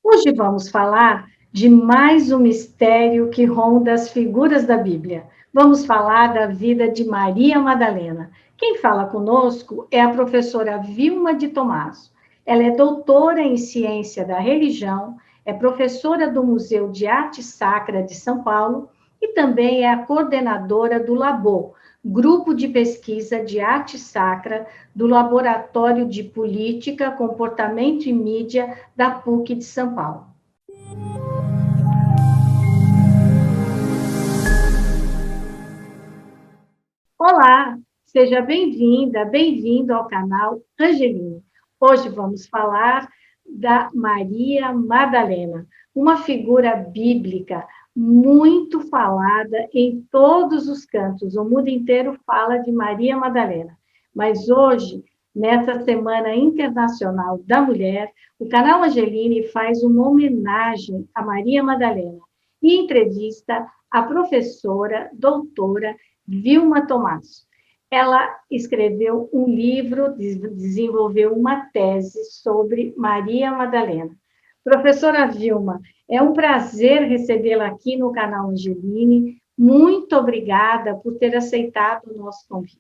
Hoje vamos falar de mais um mistério que ronda as figuras da Bíblia. Vamos falar da vida de Maria Madalena. Quem fala conosco é a professora Vilma de Tomaso. Ela é doutora em ciência da religião, é professora do Museu de Arte Sacra de São Paulo e também é a coordenadora do LABO, Grupo de Pesquisa de Arte Sacra do Laboratório de Política, Comportamento e Mídia da PUC de São Paulo. Olá, seja bem-vinda, bem-vindo ao canal Angeline. Hoje vamos falar da Maria Madalena, uma figura bíblica muito falada em todos os cantos. O mundo inteiro fala de Maria Madalena. Mas hoje, nessa Semana Internacional da Mulher, o canal Angeline faz uma homenagem a Maria Madalena e entrevista a professora, doutora Vilma Tomaso. Ela escreveu um livro, desenvolveu uma tese sobre Maria Madalena. Professora Vilma, é um prazer recebê-la aqui no canal Angeline. Muito obrigada por ter aceitado o nosso convite.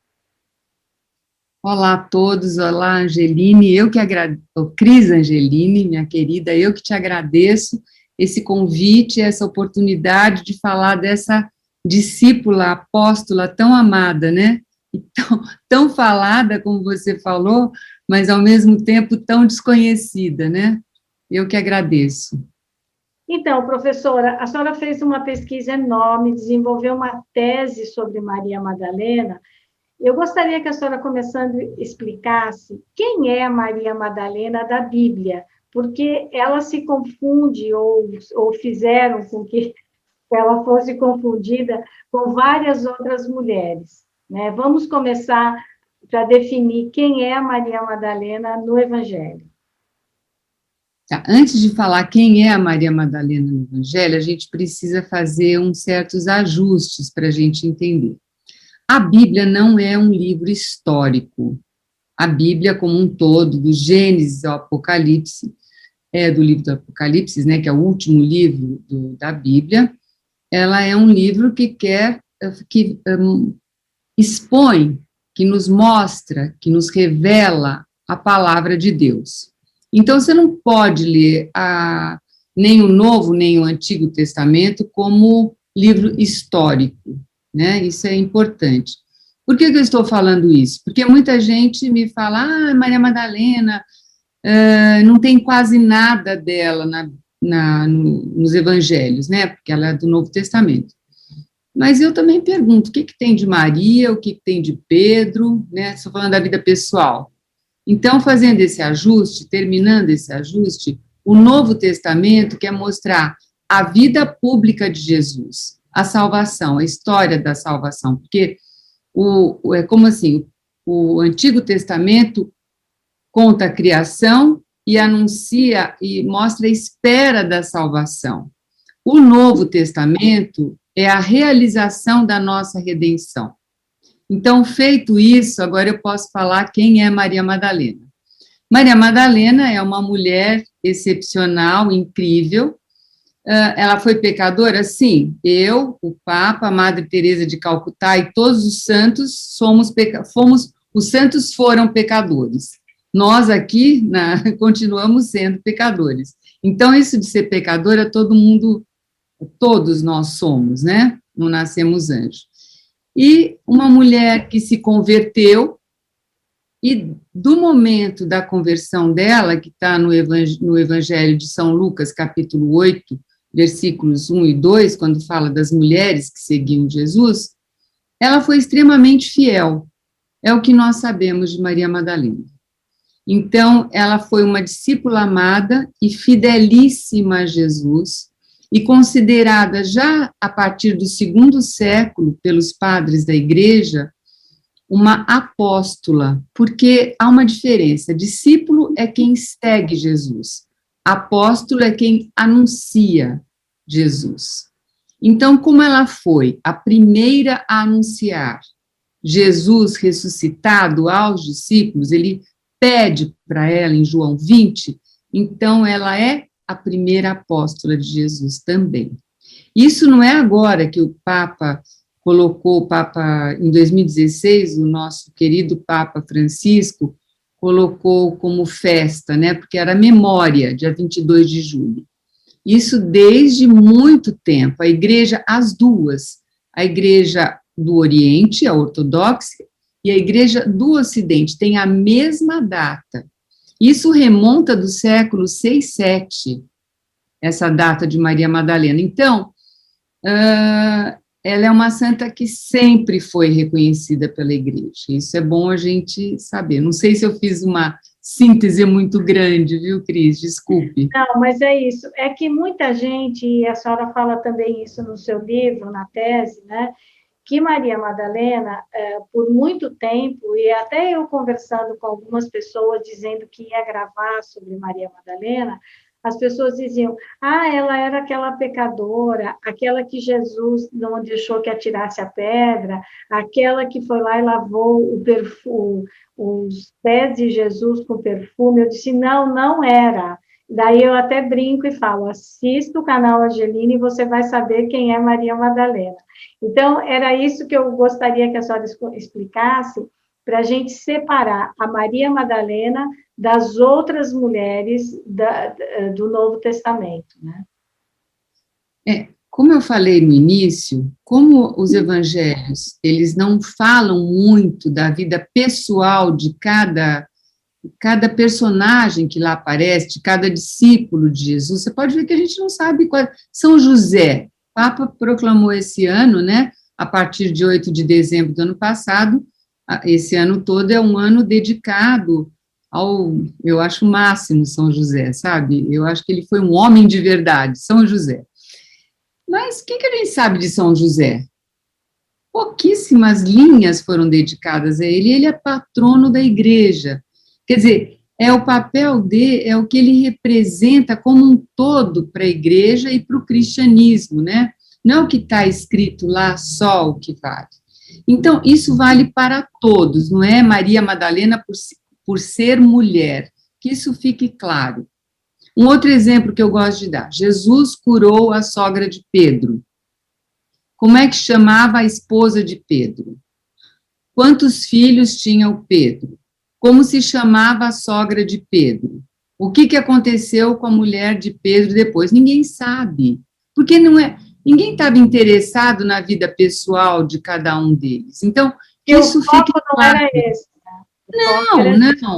Olá a todos, olá Angeline, eu que agradeço, Cris Angeline, minha querida, eu que te agradeço esse convite, essa oportunidade de falar dessa discípula, apóstola tão amada, né? E tão falada, como você falou, mas ao mesmo tempo tão desconhecida, né? Eu que agradeço. Então, professora, a senhora fez uma pesquisa enorme, desenvolveu uma tese sobre Maria Madalena. Eu gostaria que a senhora, começando, explicasse quem é Maria Madalena da Bíblia, porque ela se confunde, ou fizeram com que ela fosse confundida com várias outras mulheres, né? Vamos começar para definir quem é a Maria Madalena no Evangelho. Tá, antes de falar quem é a Maria Madalena no Evangelho, a gente precisa fazer uns certos ajustes para a gente entender. A Bíblia não é um livro histórico. A Bíblia, como um todo, do Gênesis ao Apocalipse, do livro do Apocalipse, né, que é o último livro da Bíblia, ela é um livro que expõe, que nos mostra, que nos revela a palavra de Deus. Então, você não pode ler nem o Novo, nem o Antigo Testamento como livro histórico, né? Isso é importante. Por que eu estou falando isso? Porque muita gente me fala, Maria Madalena, não tem quase nada dela nos evangelhos, né? Porque ela é do Novo Testamento. Mas eu também pergunto, o que tem de Maria, o que tem de Pedro, né? Estou falando da vida pessoal. Então, fazendo esse ajuste, terminando esse ajuste, o Novo Testamento quer mostrar a vida pública de Jesus, a salvação, a história da salvação, porque é como assim, o Antigo Testamento conta a criação e anuncia e mostra a espera da salvação. O Novo Testamento é a realização da nossa redenção. Então, feito isso, agora eu posso falar quem é Maria Madalena. Maria Madalena é uma mulher excepcional, incrível. Ela foi pecadora? Sim. Eu, o Papa, a Madre Teresa de Calcutá e todos os santos os santos foram pecadores. Nós aqui continuamos sendo pecadores. Então, isso de ser pecadora, todos nós somos, né? Não nascemos anjos. E uma mulher que se converteu, e do momento da conversão dela, que está no Evangelho de São Lucas, capítulo 8, versículos 1 e 2, quando fala das mulheres que seguiam Jesus, ela foi extremamente fiel. É o que nós sabemos de Maria Madalena. Então, ela foi uma discípula amada e fidelíssima a Jesus, e considerada já a partir do segundo século pelos padres da igreja uma apóstola, porque há uma diferença, discípulo é quem segue Jesus, apóstolo é quem anuncia Jesus. Então, como ela foi a primeira a anunciar Jesus ressuscitado aos discípulos, ele pede para ela em João 20, então ela é a primeira apóstola de Jesus também. Isso não é agora que o Papa colocou, em 2016, o nosso querido Papa Francisco colocou como festa, né, porque era memória, dia 22 de julho. Isso desde muito tempo, a igreja, as duas, a igreja do Oriente, a ortodoxa, e a igreja do Ocidente, tem a mesma data. Isso remonta do século 6, 7, essa data de Maria Madalena. Então, ela é uma santa que sempre foi reconhecida pela igreja. Isso é bom a gente saber. Não sei se eu fiz uma síntese muito grande, viu, Cris? Desculpe. Não, mas é isso. É que muita gente, e a senhora fala também isso no seu livro, na tese, né? Que Maria Madalena, por muito tempo, e até eu conversando com algumas pessoas dizendo que ia gravar sobre Maria Madalena, as pessoas diziam, ela era aquela pecadora, aquela que Jesus não deixou que atirasse a pedra, aquela que foi lá e lavou o perfume, os pés de Jesus com perfume. Eu disse, não, não era. Daí eu até brinco e falo, assista o canal Angelina e você vai saber quem é Maria Madalena. Então, era isso que eu gostaria que a senhora explicasse, para a gente separar a Maria Madalena das outras mulheres do Novo Testamento, né? Como eu falei no início, como os evangelhos, eles não falam muito da vida pessoal de cada personagem que lá aparece, de cada discípulo de Jesus, você pode ver que a gente não sabe qual. São José, o Papa proclamou esse ano, né, a partir de 8 de dezembro do ano passado, esse ano todo é um ano dedicado eu acho o máximo São José, sabe? Eu acho que ele foi um homem de verdade, São José. Mas o que a gente sabe de São José? Pouquíssimas linhas foram dedicadas a ele, ele é patrono da igreja. Quer dizer, é o papel dele, é o que ele representa como um todo para a igreja e para o cristianismo, né? Não é o que está escrito lá só o que vale. Então, isso vale para todos, não é Maria Madalena por ser mulher, que isso fique claro. Um outro exemplo que eu gosto de dar, Jesus curou a sogra de Pedro. Como é que chamava a esposa de Pedro? Quantos filhos tinha o Pedro? Como se chamava a sogra de Pedro? O que aconteceu com a mulher de Pedro depois? Ninguém sabe, porque ninguém estava interessado na vida pessoal de cada um deles. Então, isso fica claro. Não era esse, né? Não.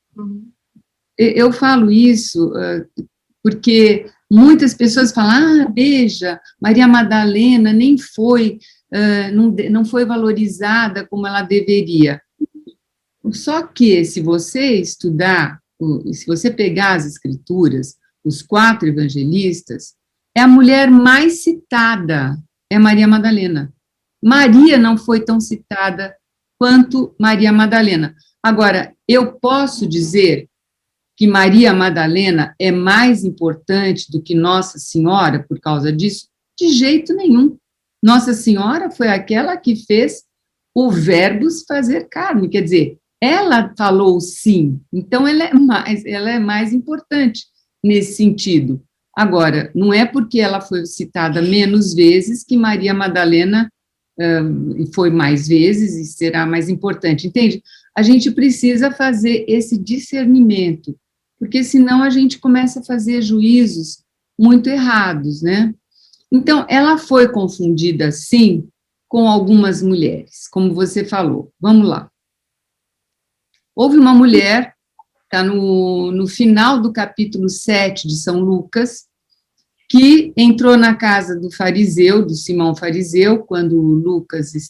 Eu falo isso porque muitas pessoas falam, veja, Maria Madalena nem foi, não foi valorizada como ela deveria. Só que, se você estudar, se você pegar as escrituras, os 4 evangelistas, é a mulher mais citada, é Maria Madalena. Maria não foi tão citada quanto Maria Madalena. Agora, eu posso dizer que Maria Madalena é mais importante do que Nossa Senhora por causa disso? De jeito nenhum. Nossa Senhora foi aquela que fez o verbo se fazer carne, quer dizer, ela falou sim, então ela é mais importante nesse sentido. Agora, não é porque ela foi citada menos vezes que Maria Madalena foi mais vezes e será mais importante, entende? A gente precisa fazer esse discernimento, porque senão a gente começa a fazer juízos muito errados, né? Então, ela foi confundida, sim, com algumas mulheres, como você falou. Vamos lá. Houve uma mulher, está no final do capítulo 7 de São Lucas, que entrou na casa do fariseu, do Simão fariseu, quando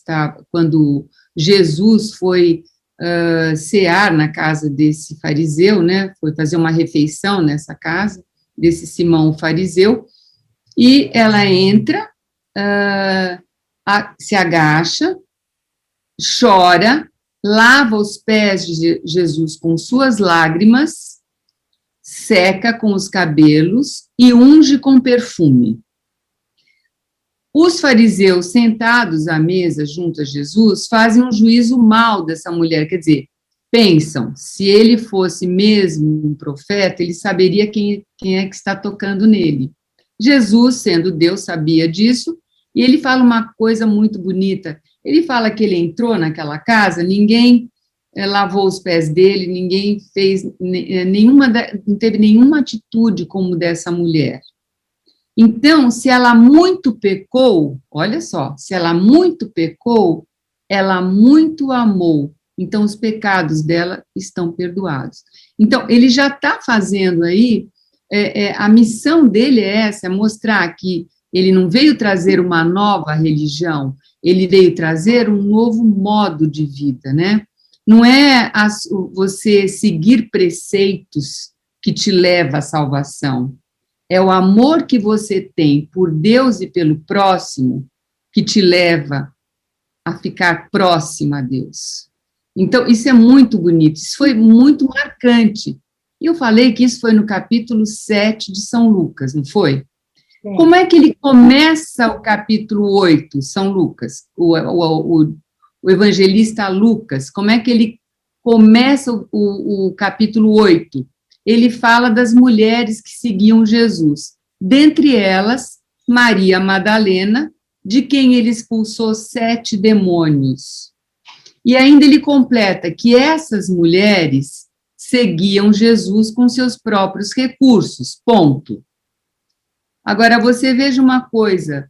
Jesus foi cear na casa desse fariseu, né, foi fazer uma refeição nessa casa, desse Simão fariseu, e ela entra, se agacha, chora, lava os pés de Jesus com suas lágrimas, seca com os cabelos e unge com perfume. Os fariseus sentados à mesa junto a Jesus fazem um juízo mal dessa mulher, quer dizer, Pensam, se ele fosse mesmo um profeta, ele saberia quem é que está tocando nele. Jesus, sendo Deus, sabia disso, e ele fala uma coisa muito bonita. Ele fala que ele entrou naquela casa, ninguém lavou os pés dele, ninguém fez não teve nenhuma atitude como dessa mulher. Então, se ela muito pecou, olha só, se ela muito pecou, ela muito amou. Então, os pecados dela estão perdoados. Então, ele já está fazendo aí, a missão dele é essa, é mostrar que ele não veio trazer uma nova religião, ele veio trazer um novo modo de vida, né? Não é você seguir preceitos que te leva à salvação, é o amor que você tem por Deus e pelo próximo que te leva a ficar próxima a Deus. Então, isso é muito bonito, isso foi muito marcante. E eu falei que isso foi no capítulo 7 de São Lucas, não foi? Sim. Como é que ele começa o capítulo 8, São Lucas, o evangelista Lucas, como é que ele começa o capítulo 8? Ele fala das mulheres que seguiam Jesus, dentre elas, Maria Madalena, de quem ele expulsou 7 demônios. E ainda ele completa que essas mulheres seguiam Jesus com seus próprios recursos, ponto. Agora, você veja uma coisa,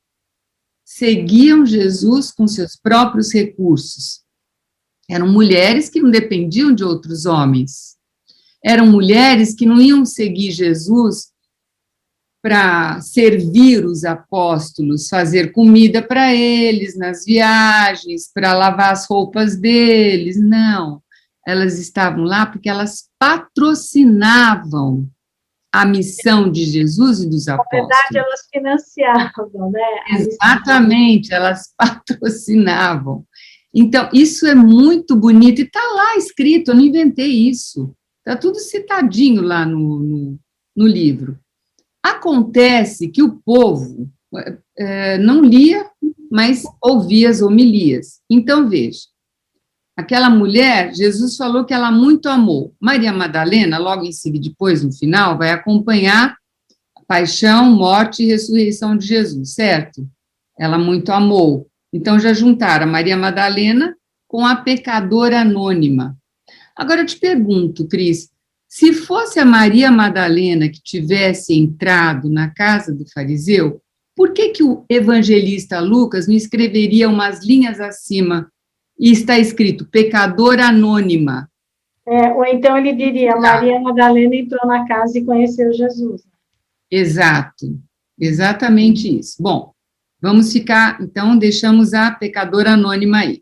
seguiam Jesus com seus próprios recursos. Eram mulheres que não dependiam de outros homens. Eram mulheres que não iam seguir Jesus para servir os apóstolos, fazer comida para eles nas viagens, para lavar as roupas deles, não. Elas estavam lá porque elas patrocinavam a missão de Jesus e dos apóstolos. Na verdade, elas financiavam, né? Exatamente, elas patrocinavam. Então, isso é muito bonito, e está lá escrito, eu não inventei isso, está tudo citadinho lá no livro. Acontece que o povo não lia, mas ouvia as homilias. Então, veja, aquela mulher, Jesus falou que ela muito amou. Maria Madalena, logo em seguida, depois, no final, vai acompanhar a paixão, morte e ressurreição de Jesus, certo? Ela muito amou. Então, já juntaram a Maria Madalena com a pecadora anônima. Agora, eu te pergunto, Cris, se fosse a Maria Madalena que tivesse entrado na casa do fariseu, por que o evangelista Lucas não escreveria umas linhas acima e está escrito pecadora anônima? Ou então ele diria, Maria Madalena entrou na casa e conheceu Jesus. Exato, exatamente isso. Bom, vamos ficar, então, deixamos a pecadora anônima aí.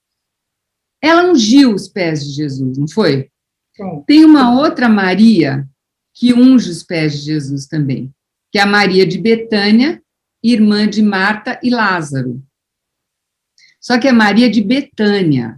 Ela ungiu os pés de Jesus, não foi? Sim. Tem uma outra Maria que unge os pés de Jesus também, que é a Maria de Betânia, irmã de Marta e Lázaro. Só que é Maria de Betânia.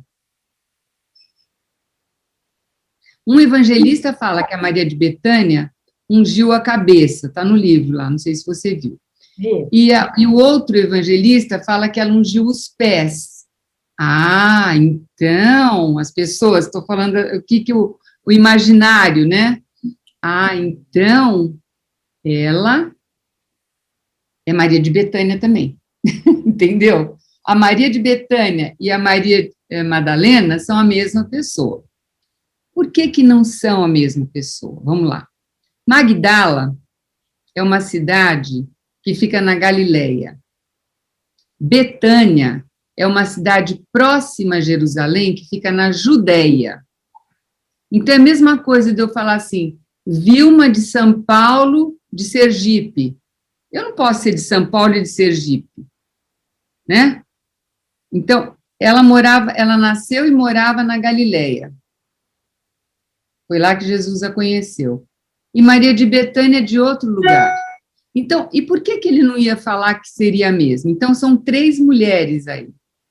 Um evangelista fala que a Maria de Betânia ungiu a cabeça, está no livro lá, não sei se você viu. E o outro evangelista fala que ela ungiu os pés. Ah, então, as pessoas, estou falando o que o imaginário, né? Ah, então, ela é Maria de Betânia também, entendeu? A Maria de Betânia e a Maria Madalena são a mesma pessoa. Por que não são a mesma pessoa? Vamos lá. Magdala é uma cidade que fica na Galileia. Betânia é uma cidade próxima a Jerusalém, que fica na Judeia. Então, é a mesma coisa de eu falar assim, Vilma de São Paulo, de Sergipe. Eu não posso ser de São Paulo e de Sergipe, né? Então, ela nasceu e morava na Galileia. Foi lá que Jesus a conheceu. E Maria de Betânia de outro lugar. Então, e por que ele não ia falar que seria a mesma? Então, são 3 mulheres aí,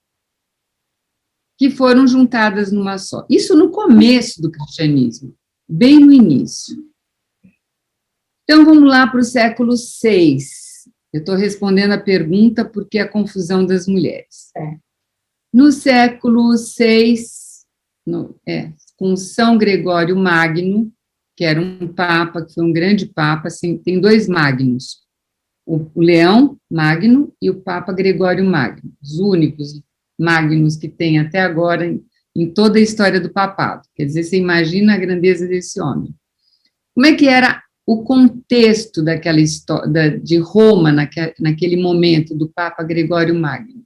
que foram juntadas numa só. Isso no começo do cristianismo, bem no início. Então, vamos lá para o século VI. Eu estou respondendo a pergunta porque é a confusão das mulheres. No século VI, com São Gregório Magno, que era um papa, que foi um grande papa, assim, tem dois Magnos, o Leão Magno e o Papa Gregório Magno, os únicos Magnos que tem até agora em toda a história do papado. Quer dizer, você imagina a grandeza desse homem. Como é que era o contexto daquela história, de Roma, naquele momento, do Papa Gregório Magno?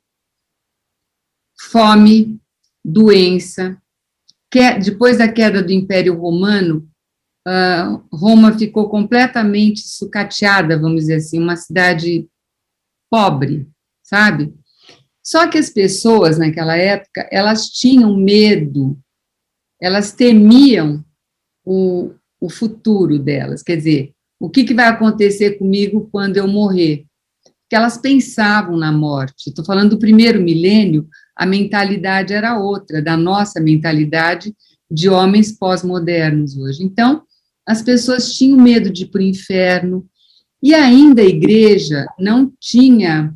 Fome, doença, depois da queda do Império Romano, Roma ficou completamente sucateada, vamos dizer assim, uma cidade pobre, sabe? Só que as pessoas, naquela época, elas tinham medo, elas temiam o futuro delas, quer dizer, o que vai acontecer comigo quando eu morrer? Porque elas pensavam na morte. Estou falando do primeiro milênio, a mentalidade era outra, da nossa mentalidade de homens pós-modernos hoje. Então, as pessoas tinham medo de ir para o inferno, e ainda a igreja não tinha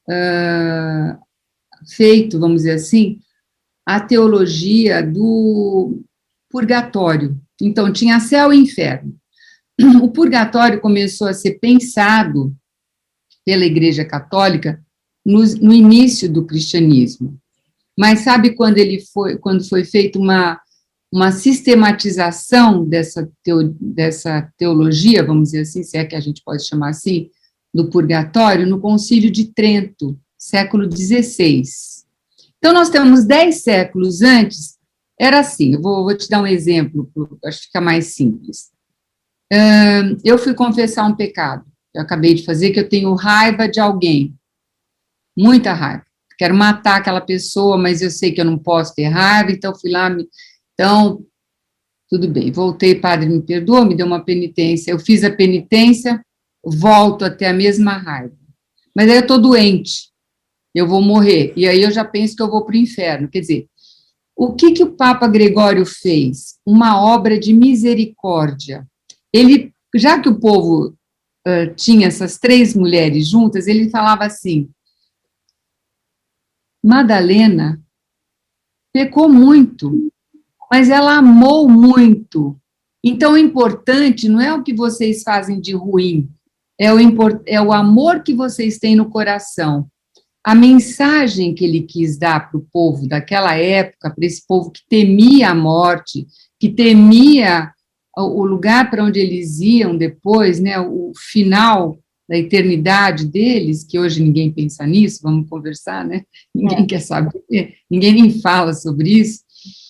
feito, vamos dizer assim, a teologia do purgatório. Então, tinha céu e inferno. O purgatório começou a ser pensado pela Igreja Católica no início do cristianismo. Mas sabe quando foi feita uma sistematização dessa teologia, vamos dizer assim, se é que a gente pode chamar assim, do purgatório, no Concílio de Trento, século XVI. Então, nós temos 10 séculos antes, era assim, eu vou te dar um exemplo, acho que fica mais simples. Eu fui confessar um pecado, eu acabei de fazer, que eu tenho raiva de alguém, muita raiva, quero matar aquela pessoa, mas eu sei que eu não posso ter raiva, então fui lá, então, tudo bem, voltei, padre me perdoou, me deu uma penitência, eu fiz a penitência, volto a ter a mesma raiva, mas aí eu estou doente, eu vou morrer, e aí eu já penso que eu vou para o inferno, quer dizer, o que o Papa Gregório fez? Uma obra de misericórdia. Ele, já que o povo tinha essas 3 mulheres juntas, ele falava assim, Madalena pecou muito, mas ela amou muito. Então, o importante não é o que vocês fazem de ruim, é o amor que vocês têm no coração. A mensagem que ele quis dar para o povo daquela época, para esse povo que temia a morte, que temia o lugar para onde eles iam depois, né, o final da eternidade deles, que hoje ninguém pensa nisso, vamos conversar, né? Ninguém quer saber, ninguém nem fala sobre isso.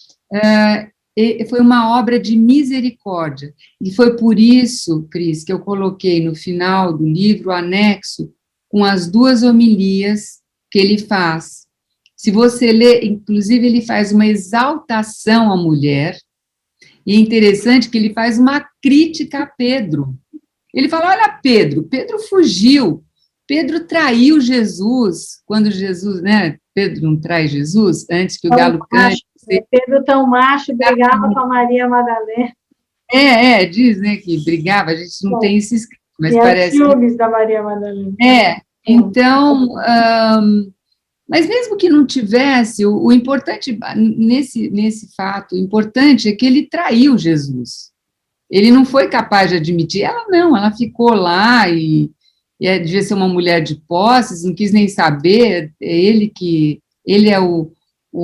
Foi uma obra de misericórdia, e foi por isso, Cris, que eu coloquei no final do livro o anexo com as 2 homilias que ele faz. Se você ler, inclusive ele faz uma exaltação à mulher, e é interessante que ele faz uma crítica a Pedro. Ele fala, olha Pedro fugiu, Pedro traiu Jesus, quando Jesus, né, Pedro não trai Jesus, antes que o galo cante. Pedro tão macho, brigava com a Maria Madalena. Diz, né, que brigava, a gente não tem esse escrito, mas parece... ciúmes da Maria Madalena. Então, mas mesmo que não tivesse, o importante, nesse fato, o importante é que ele traiu Jesus. Ele não foi capaz de admitir, ela não, ela ficou lá e devia ser uma mulher de posses, não quis nem saber, ele é o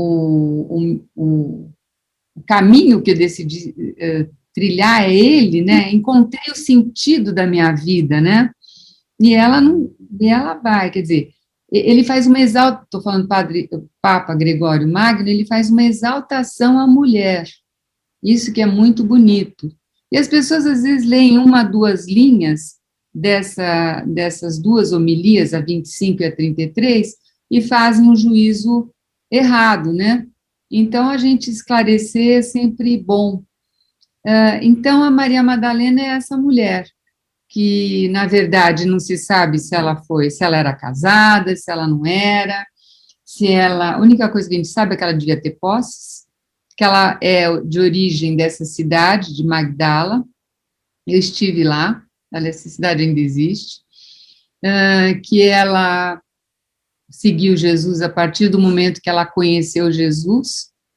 caminho que eu decidi trilhar, é ele, né, encontrei o sentido da minha vida, né, e ela vai, quer dizer, ele faz uma exaltação, estou falando Papa Gregório Magno, ele faz uma exaltação à mulher, isso que é muito bonito. E as pessoas, às vezes, leem 1, 2 linhas dessas 2 homilias, a 25 e a 33, e fazem um juízo errado, né? Então, a gente esclarecer é sempre bom. Então, a Maria Madalena é essa mulher, que, na verdade, não se sabe se ela era casada, se ela não era, a única coisa que a gente sabe é que ela devia ter posses, que ela é de origem dessa cidade, de Magdala, eu estive lá, essa cidade ainda existe, que ela seguiu Jesus a partir do momento que ela conheceu Jesus,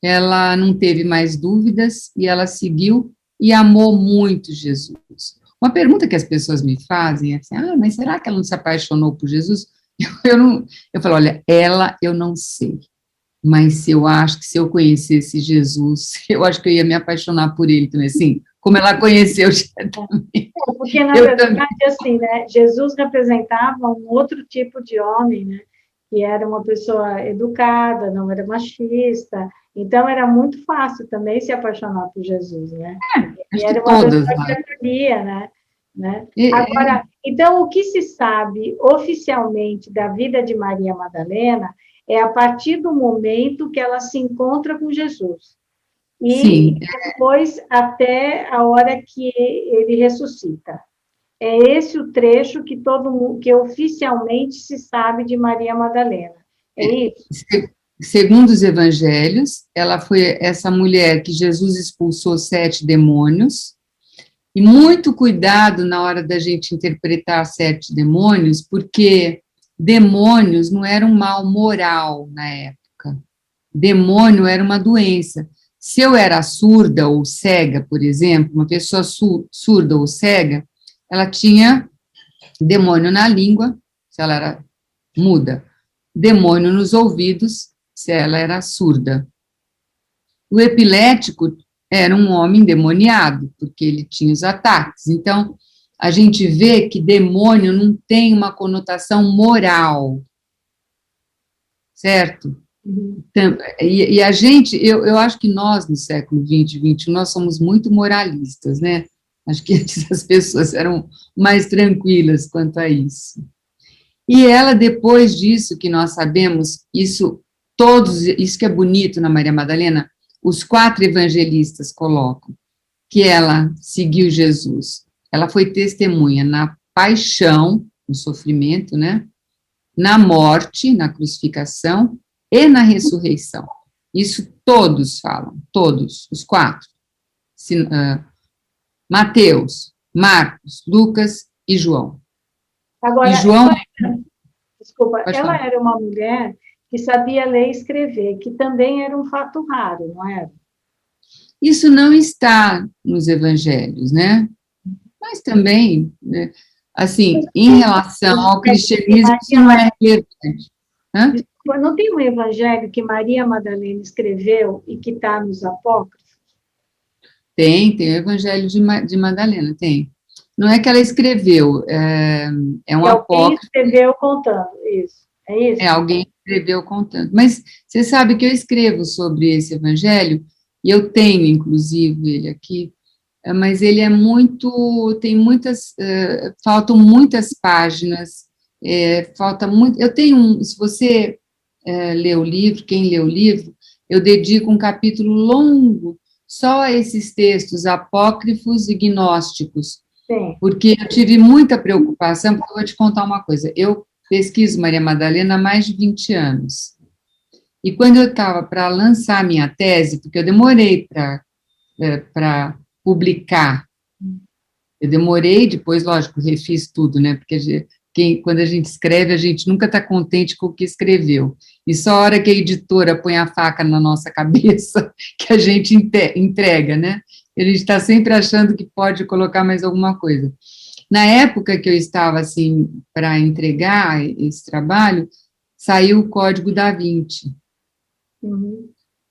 ela não teve mais dúvidas e ela seguiu e amou muito Jesus. Uma pergunta que as pessoas me fazem é assim, mas será que ela não se apaixonou por Jesus? Eu falo, olha, eu não sei, mas eu acho que se eu conhecesse Jesus, eu acho que eu ia me apaixonar por ele também, assim, como ela conheceu também. Porque, na verdade, assim, né, Jesus representava um outro tipo de homem, né, que era uma pessoa educada, não era machista, então era muito fácil também se apaixonar por Jesus, né? E Acho era que uma todas, pessoa que né? acolhia, né? Agora, então, o que se sabe oficialmente da vida de Maria Madalena é a partir do momento que ela se encontra com Jesus. E Sim, depois até a hora que ele ressuscita. É esse o trecho que todo mundo, que oficialmente se sabe de Maria Madalena. É isso? segundo os evangelhos, ela foi essa mulher que Jesus expulsou 7 demônios, e muito cuidado na hora da gente interpretar 7 demônios, porque demônios não era um mal moral na época. Demônio era uma doença. Se eu era surda ou cega, por exemplo, uma pessoa surda ou cega, ela tinha demônio na língua, se ela era muda, demônio nos ouvidos, se ela era surda. O epilético era um homem endemoniado, porque ele tinha os ataques. Então, a gente vê que demônio não tem uma conotação moral, certo? Então, e a gente, eu acho que nós, no século XX, XXI, nós somos muito moralistas, né? Acho que antes as pessoas eram mais tranquilas quanto a isso. E ela, depois disso que nós sabemos, isso que é bonito na Maria Madalena, os 4 evangelistas colocam, que ela seguiu Jesus. Ela foi testemunha na paixão, no sofrimento, né? Na morte, na crucificação e na ressurreição. Isso todos falam, todos, os 4. Mateus, Marcos, Lucas e João. Agora, E João, ela era uma mulher que sabia ler e escrever, que também era um fato raro, não era? isso não está nos evangelhos, né? Mas também, né, assim, em relação ao cristianismo, isso não é relevante. Hã? Não tem um evangelho que Maria Madalena escreveu e que está nos apócrifos? Tem o evangelho de Madalena, tem. Não é que ela escreveu, é um apócrifo. Alguém escreveu contando, isso. É isso? Alguém escreveu contando. Mas você sabe que eu escrevo sobre esse evangelho, e eu tenho, inclusive, ele aqui, mas ele é muito, tem muitas, faltam muitas páginas, falta muito, eu tenho se você lê o livro, quem lê o livro, eu dedico um capítulo longo só a esses textos apócrifos e gnósticos, Sim. Porque eu tive muita preocupação, porque eu vou te contar uma coisa, eu pesquiso Maria Madalena há mais de 20 anos, e quando eu estava para lançar a minha tese, porque eu demorei para publicar. Eu demorei, depois, lógico, refiz tudo, né? Porque quando a gente escreve, a gente nunca está contente com o que escreveu. E só a hora que a editora põe a faca na nossa cabeça que a gente entrega, né? A gente está sempre achando que pode colocar mais alguma coisa. Na época que eu estava, assim, para entregar esse trabalho, saiu o Código da Vinci. Uhum.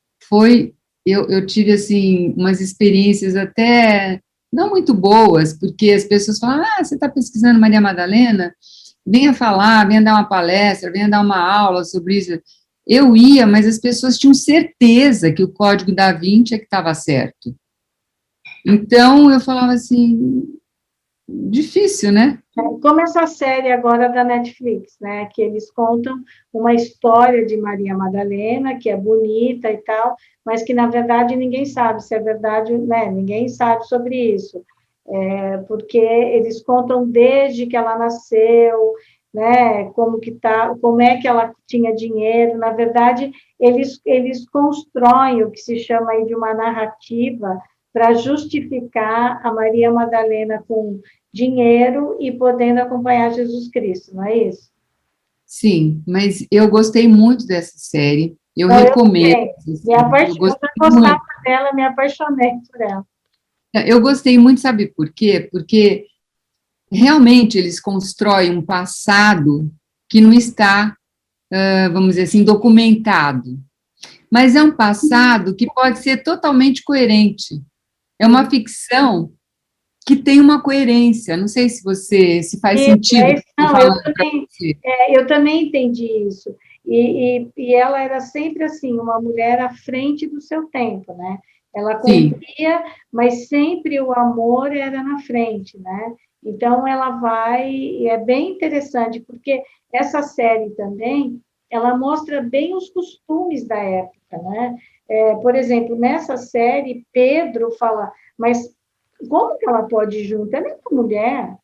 Eu tive, assim, umas experiências até não muito boas, porque as pessoas falam, você está pesquisando Maria Madalena? Venha falar, venha dar uma palestra, venha dar uma aula sobre isso. Eu ia, mas as pessoas tinham certeza que o Código da Vinci é que estava certo. Então, eu falava assim, difícil, né? Como essa série agora da Netflix, né, que eles contam uma história de Maria Madalena, que é bonita e tal, mas que, na verdade, ninguém sabe se é verdade, né, ninguém sabe sobre isso, porque eles contam desde que ela nasceu, né, como é que ela tinha dinheiro, na verdade, eles constroem o que se chama aí de uma narrativa para justificar a Maria Madalena com dinheiro e podendo acompanhar Jesus Cristo, não é isso? Sim, mas eu gostei muito dessa série. Eu Então, recomendo. eu gostava dela, me apaixonei por ela. Eu gostei muito, sabe por quê? Porque realmente eles constroem um passado que não está, vamos dizer assim, documentado. Mas é um passado que pode ser totalmente coerente. É uma ficção que tem uma coerência. Não sei se faz sentido. Não, eu também entendi isso. E ela era sempre assim, uma mulher à frente do seu tempo, né? Ela cumpria, mas sempre o amor era na frente, né? Então ela vai, e é bem interessante, porque essa série também, ela mostra bem os costumes da época, né? Por exemplo, nessa série, Pedro fala, mas como que ela pode ir junto? Ela é uma mulher,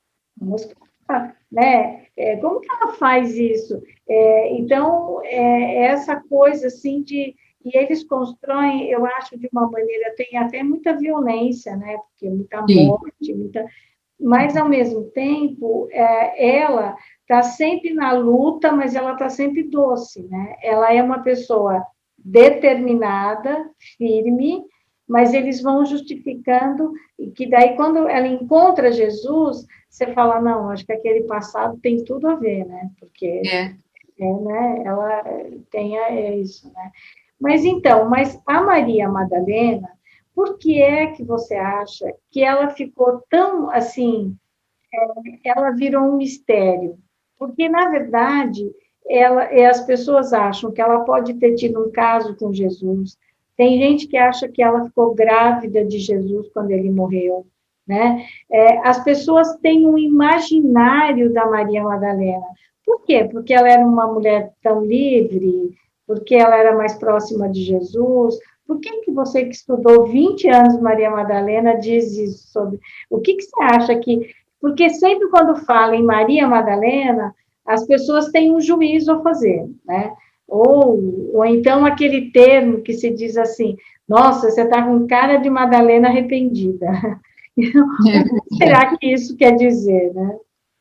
né? Como que ela faz isso? Então, essa coisa assim de... E eles constroem, eu acho, de uma maneira, tem até muita violência, né? Porque muita morte, muita... Mas, ao mesmo tempo, ela está sempre na luta, mas ela está sempre doce, né? Ela é uma pessoa determinada, firme, mas eles vão justificando, e que daí, quando ela encontra Jesus, você fala, não, acho que aquele passado tem tudo a ver, né? Porque né, ela tem isso, né? Mas então, a Maria Madalena, por que é que você acha que ela ficou tão, assim, ela virou um mistério? Porque, na verdade, as pessoas acham que ela pode ter tido um caso com Jesus. Tem gente que acha que ela ficou grávida de Jesus quando ele morreu, né? As pessoas têm um imaginário da Maria Madalena. Por quê? Porque ela era uma mulher tão livre, porque ela era mais próxima de Jesus. Por que você que estudou 20 anos Maria Madalena diz isso sobre... O que você acha que... Porque sempre quando fala em Maria Madalena, as pessoas têm um juízo a fazer, né? Ou então aquele termo que se diz assim, nossa, você está com cara de Madalena arrependida. O que será que isso quer dizer, né?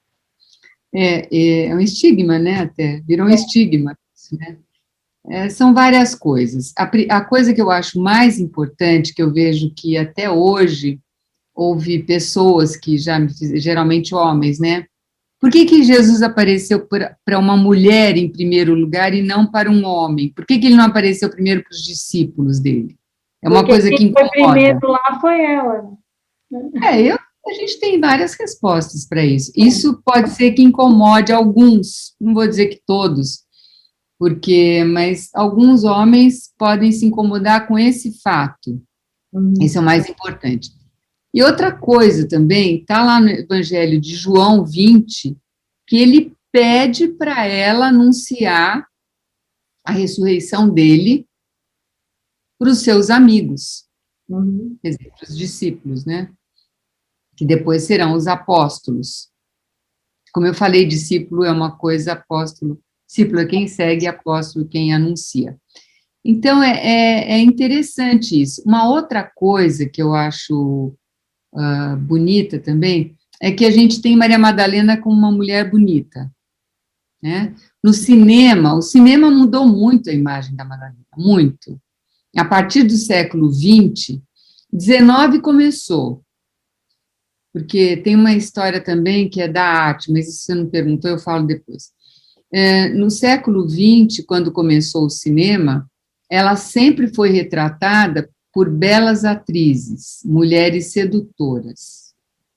É um estigma, né, até, virou um estigma, né? São várias coisas. A coisa que eu acho mais importante, que eu vejo que até hoje houve pessoas que geralmente homens, né? Por que Jesus apareceu para uma mulher em primeiro lugar e não para um homem? Por que ele não apareceu primeiro para os discípulos dele? É uma Porque coisa que quem foi incomoda. primeiro lá foi ela. A gente tem várias respostas para isso. Isso pode ser que incomode alguns, não vou dizer que todos, mas alguns homens podem se incomodar com esse fato. Esse é o mais importante. E outra coisa também, está lá no Evangelho de João 20, que ele pede para ela anunciar a ressurreição dele para os seus amigos, quer dizer, para os discípulos, né? Que depois serão os apóstolos. Como eu falei, discípulo é uma coisa, apóstolo, discípulo é quem segue, apóstolo quem anuncia. Então, é interessante isso. Uma outra coisa que eu acho bonita também, é que a gente tem Maria Madalena como uma mulher bonita, né? No cinema, o cinema mudou muito a imagem da Madalena, muito. A partir do século XX, XIX começou, porque tem uma história também que é da arte, mas se você não perguntou, eu falo depois. No século XX, quando começou o cinema, ela sempre foi retratada por belas atrizes, mulheres sedutoras.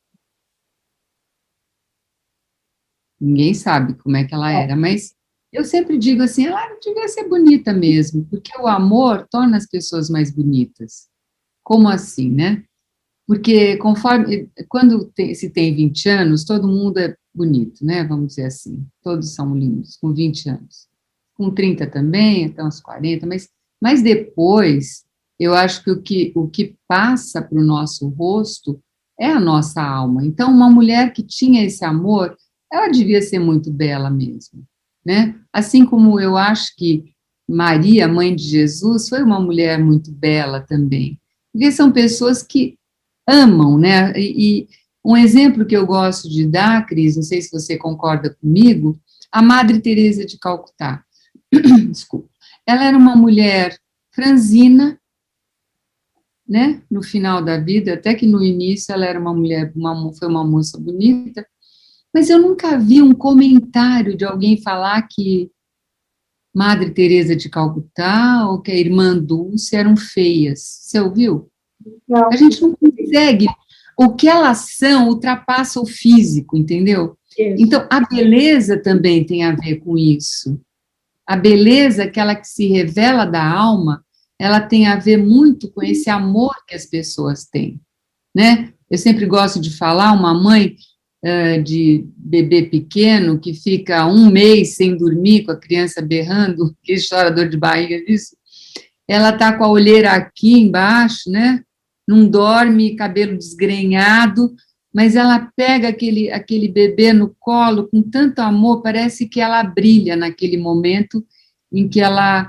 Ninguém sabe como é que ela era, mas eu sempre digo assim, ela devia ser bonita mesmo, porque o amor torna as pessoas mais bonitas. Como assim, né? Porque quando se tem 20 anos, todo mundo é bonito, né? Vamos dizer assim, todos são lindos, com 20 anos. Com 30 também, até uns 40, mas depois, eu acho que o que passa para o nosso rosto é a nossa alma. Então, uma mulher que tinha esse amor, ela devia ser muito bela mesmo, né? Assim como eu acho que Maria, mãe de Jesus, foi uma mulher muito bela também. Porque são pessoas que amam, né? E um exemplo que eu gosto de dar, Cris, não sei se você concorda comigo, a Madre Teresa de Calcutá. Desculpa. ela era uma mulher franzina, né, no final da vida, até que no início ela era uma mulher, foi uma moça bonita, mas eu nunca vi um comentário de alguém falar que Madre Teresa de Calcutá ou que a irmã Dulce eram feias. Você ouviu? Não. A gente não consegue. O que elas são ultrapassa o físico, entendeu? Isso. Então, a beleza também tem a ver com isso. A beleza, aquela que se revela da alma, ela tem a ver muito com esse amor que as pessoas têm, né? Eu sempre gosto de falar, uma mãe de bebê pequeno que fica um mês sem dormir, com a criança berrando, que chora dor de barriga disso, ela está com a olheira aqui embaixo, né? Não dorme, cabelo desgrenhado, mas ela pega aquele bebê no colo com tanto amor, parece que ela brilha naquele momento em que ela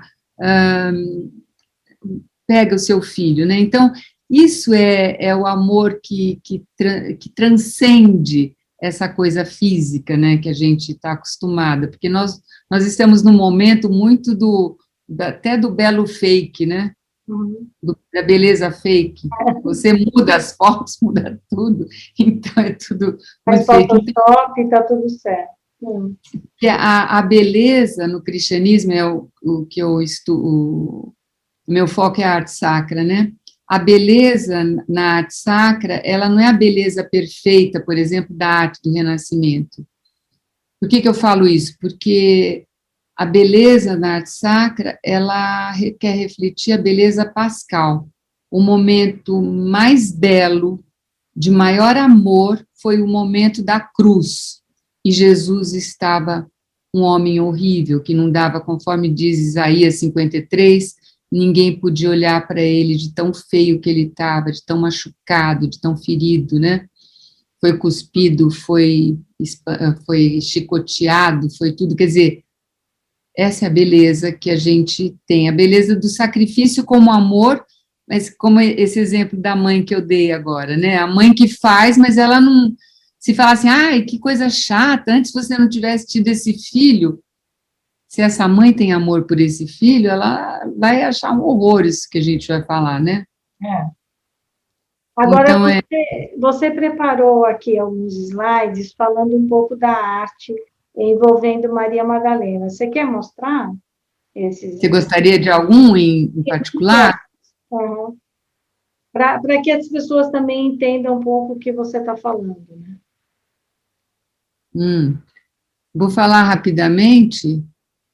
pega o seu filho, né? Então, isso é o amor que transcende essa coisa física, né, que a gente está acostumada, porque nós estamos num momento muito até do belo fake, né? Da beleza fake. Você muda as fotos, muda tudo, então é tudo muito fake. Photoshop, está tudo certo. A beleza no cristianismo é o que eu estudo, o meu foco é a arte sacra, né? A beleza na arte sacra, ela não é a beleza perfeita, por exemplo, da arte do Renascimento. Por que eu falo isso? Porque a beleza na arte sacra, ela quer refletir a beleza pascal. O momento mais belo, de maior amor, foi o momento da cruz. E Jesus estava um homem horrível, que não dava, conforme diz Isaías 53, ninguém podia olhar para ele de tão feio que ele estava, de tão machucado, de tão ferido, né? Foi cuspido, foi chicoteado, foi tudo. Quer dizer, essa é a beleza que a gente tem, a beleza do sacrifício como amor, mas como esse exemplo da mãe que eu dei agora, né? A mãe que faz, mas ela não... Se fala assim, ai, que coisa chata, antes você não tivesse tido esse filho... Se essa mãe tem amor por esse filho, ela vai achar um horror isso que a gente vai falar, né? Agora, então, você preparou aqui alguns slides falando um pouco da arte envolvendo Maria Madalena. Você quer mostrar esses? Você gostaria de algum em particular? Para que as pessoas também entendam um pouco o que você está falando, né? Vou falar rapidamente.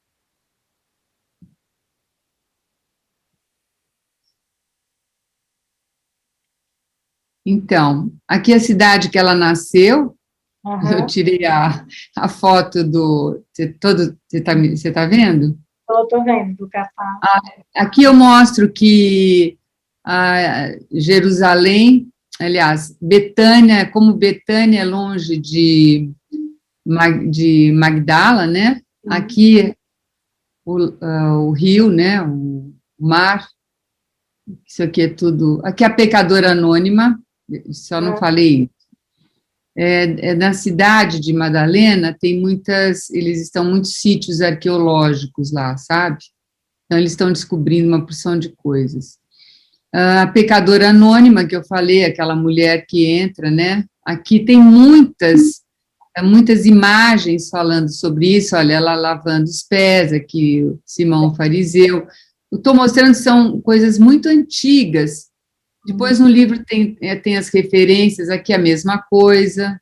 Então, aqui é a cidade que ela nasceu, eu tirei a foto do... Você tá vendo? Estou vendo, do Catar. Aqui eu mostro que Jerusalém, aliás, Betânia, como Betânia é longe de Magdala, né? Aqui o rio, né? O mar, isso aqui é tudo... Aqui é a pecadora anônima, só não falei. Na cidade de Madalena tem eles estão muitos sítios arqueológicos lá, sabe? Então eles estão descobrindo uma porção de coisas. A pecadora anônima que eu falei, aquela mulher que entra, né? Aqui tem muitas imagens falando sobre isso. Olha, ela lavando os pés, aqui Simão o fariseu. Eu estou mostrando que são coisas muito antigas. Depois no livro tem as referências, aqui a mesma coisa.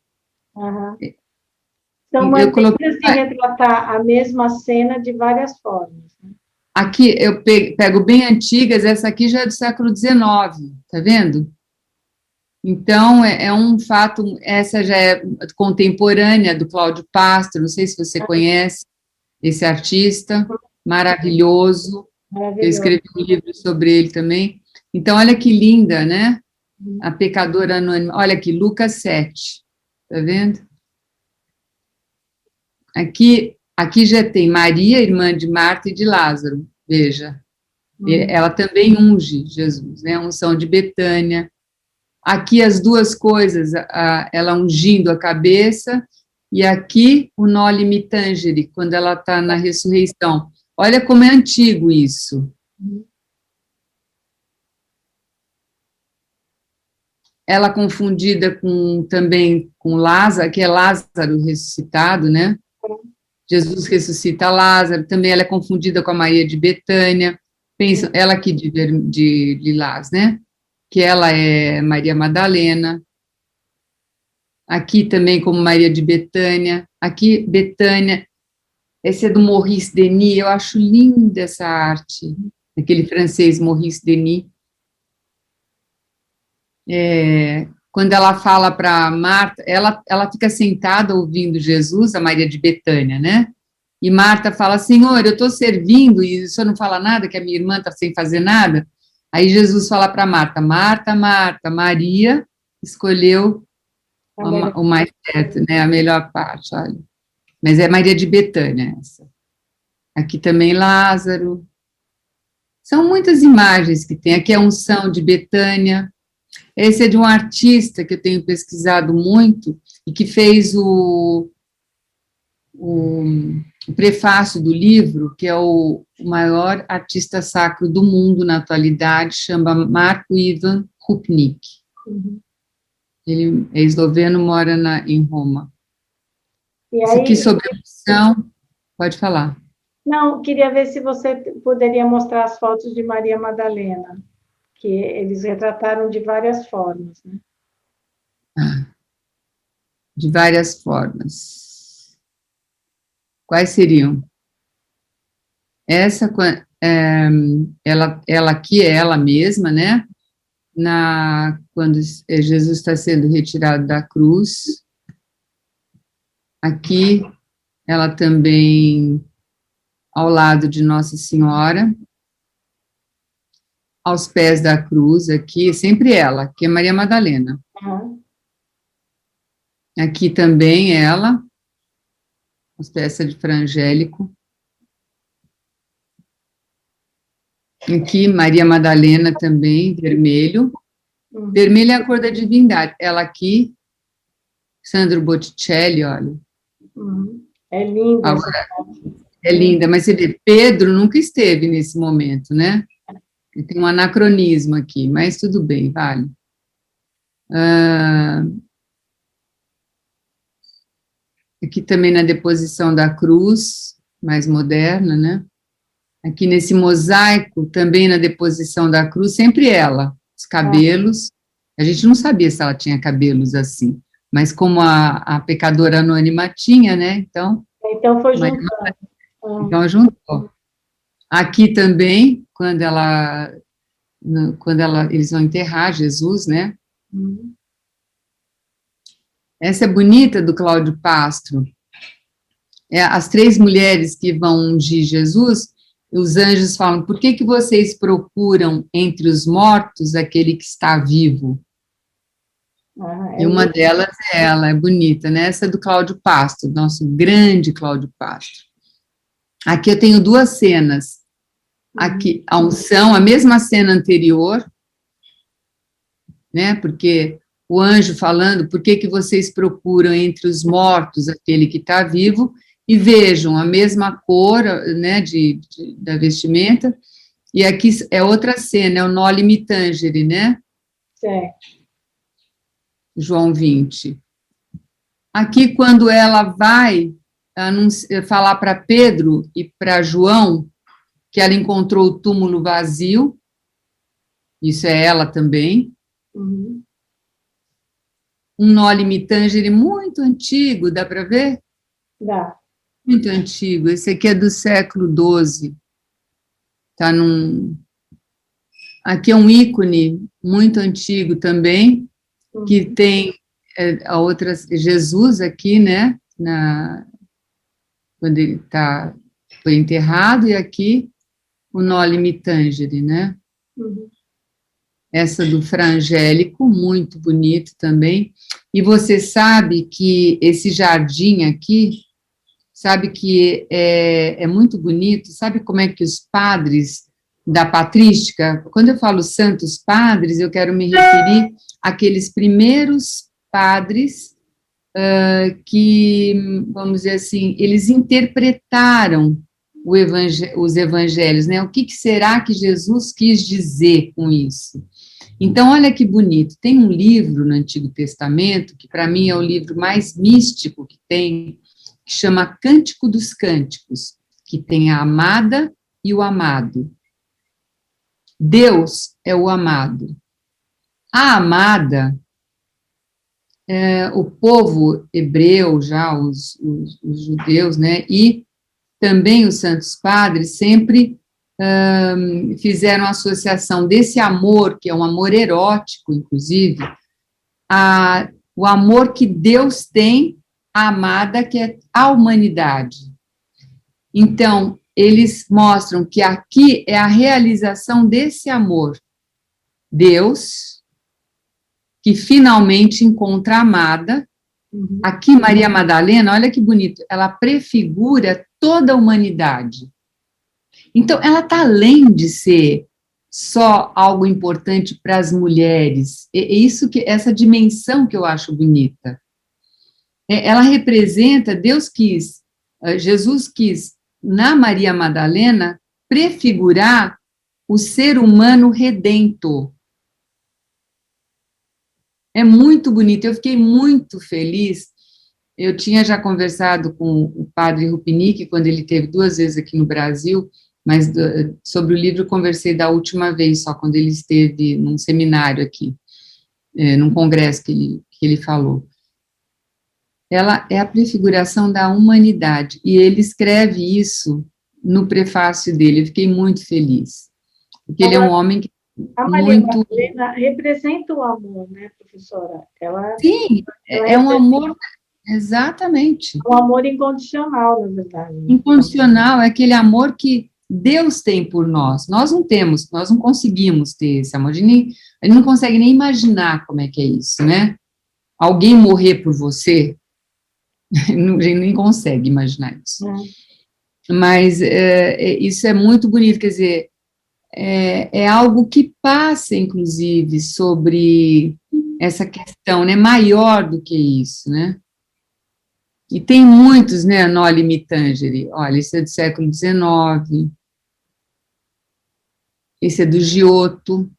Então, maneiras de retratar a mesma cena de várias formas. Né? Aqui eu pego bem antigas, essa aqui já é do século XIX, tá vendo? Então, é um fato, essa já é contemporânea do Cláudio Pastro, não sei se você conhece esse artista, maravilhoso. Eu escrevi um livro sobre ele também. Então, olha que linda, né? A pecadora anônima. Olha aqui, Lucas 7. Tá vendo? Aqui já tem Maria, irmã de Marta e de Lázaro. Veja. Ela também unge Jesus, né? A unção de Betânia. Aqui as duas coisas, ela ungindo a cabeça, e aqui o Noli Me Tangere, quando ela está na ressurreição. Olha como é antigo isso. Ela confundida também com Lázaro, que é Lázaro ressuscitado, né? Jesus ressuscita Lázaro, também ela é confundida com a Maria de Betânia, pensa, ela aqui de Lilás, né? Que ela é Maria Madalena, aqui também como Maria de Betânia, aqui Betânia, esse é do Maurice Denis, eu acho linda essa arte, aquele francês Maurice Denis. Quando ela fala para Marta, ela fica sentada ouvindo Jesus, a Maria de Betânia, né? E Marta fala, Senhor, eu estou servindo e o senhor não fala nada, que a minha irmã está sem fazer nada? Aí Jesus fala para Marta, Marta, Marta, Maria escolheu o mais certo, né? A melhor parte, olha. Mas é Maria de Betânia essa. Aqui também Lázaro. São muitas imagens que tem. Aqui é a unção de Betânia. Esse é de um artista que eu tenho pesquisado muito e que fez o prefácio do livro, que é o maior artista sacro do mundo na atualidade, chama Marko Ivan Rupnik. Ele é esloveno, mora em Roma. E Isso aqui sobre a unção, pode falar. Não, queria ver se você poderia mostrar as fotos de Maria Madalena, que eles retrataram de várias formas, né? De várias formas. Quais seriam? Essa, ela aqui é ela mesma, né? Quando Jesus está sendo retirado da cruz. Aqui, ela também ao lado de Nossa Senhora, aos pés da cruz, aqui, sempre ela, que é Maria Madalena. Aqui também ela, as peças de frangélico. Aqui, Maria Madalena também, vermelho. Vermelho é a cor da divindade. Ela aqui, Sandro Botticelli, olha. É linda. Agora, é linda, mas você vê, Pedro nunca esteve nesse momento, né? Tem um anacronismo aqui, mas tudo bem, vale. Aqui também na deposição da cruz, mais moderna, né? Aqui nesse mosaico, também na deposição da cruz, sempre ela, os cabelos. A gente não sabia se ela tinha cabelos assim, mas como a pecadora anônima tinha, né? Então foi juntando. Então, juntou. Aqui também, quando eles vão enterrar Jesus, né? Essa é bonita, do Cláudio Pastro. As 3 mulheres que vão ungir Jesus, os anjos falam, por que vocês procuram entre os mortos aquele que está vivo? E uma delas é ela, é bonita, né? Essa é do Cláudio Pastro, nosso grande Cláudio Pastro. Aqui eu tenho 2 cenas. Aqui, a unção, a mesma cena anterior, né? Porque o anjo falando, por que vocês procuram entre os mortos aquele que está vivo, e vejam a mesma cor, né, da vestimenta, e aqui é outra cena, é o Noli Me Tangere, né? Certo. João 20. Aqui, quando ela vai falar para Pedro e para João que ela encontrou o túmulo vazio, isso é ela também. Um Noli Me Tangere muito antigo, dá para ver? Dá. Muito antigo, esse aqui é do século XII. Tá Aqui é um ícone muito antigo também, que tem a outra, Jesus aqui, né? Quando ele foi enterrado, e aqui o Noli Me Tangere, né? Essa do frangélico, muito bonito também. E você sabe que esse jardim aqui, sabe que é muito bonito, sabe como é que os padres da patrística, quando eu falo santos padres, eu quero me referir àqueles primeiros padres que, vamos dizer assim, eles interpretaram os evangelhos, né? O que será que Jesus quis dizer com isso? Então, olha que bonito, tem um livro no Antigo Testamento, que para mim é o livro mais místico que tem, que chama Cântico dos Cânticos, que tem a amada e o amado. Deus é o amado. A amada, o povo hebreu, já os judeus, né, e também os santos padres sempre fizeram associação desse amor, que é um amor erótico, inclusive, o amor que Deus tem à amada, que é a humanidade. Então, eles mostram que aqui é a realização desse amor. Deus, que finalmente encontra a amada. Aqui, Maria Madalena, olha que bonito, ela prefigura toda a humanidade. Então, ela está além de ser só algo importante para as mulheres. É isso essa dimensão que eu acho bonita. Ela representa, Jesus quis, na Maria Madalena, prefigurar o ser humano redento. É muito bonito, eu fiquei muito feliz. Eu tinha já conversado com o padre Rupinick, quando ele esteve 2 vezes aqui no Brasil, mas sobre o livro conversei da última vez, só quando ele esteve num seminário aqui, num congresso que ele falou. Ela é a prefiguração da humanidade, e ele escreve isso no prefácio dele. Eu fiquei muito feliz, porque ele é um homem que a Maria Madalena representa o amor, né, professora? Sim, é um amor, exatamente. Um amor incondicional, na verdade. Incondicional, é aquele amor que Deus tem por nós. Nós não temos, nós não conseguimos ter esse amor. A gente não consegue nem imaginar como é que é isso, né? Alguém morrer por você, a gente nem consegue imaginar isso. Mas isso é muito bonito, quer dizer, é algo que passa, inclusive, sobre essa questão, né, maior do que isso, né? E tem muitos, né, Noli Me Tangere, olha, esse é do século XIX, esse é do Giotto,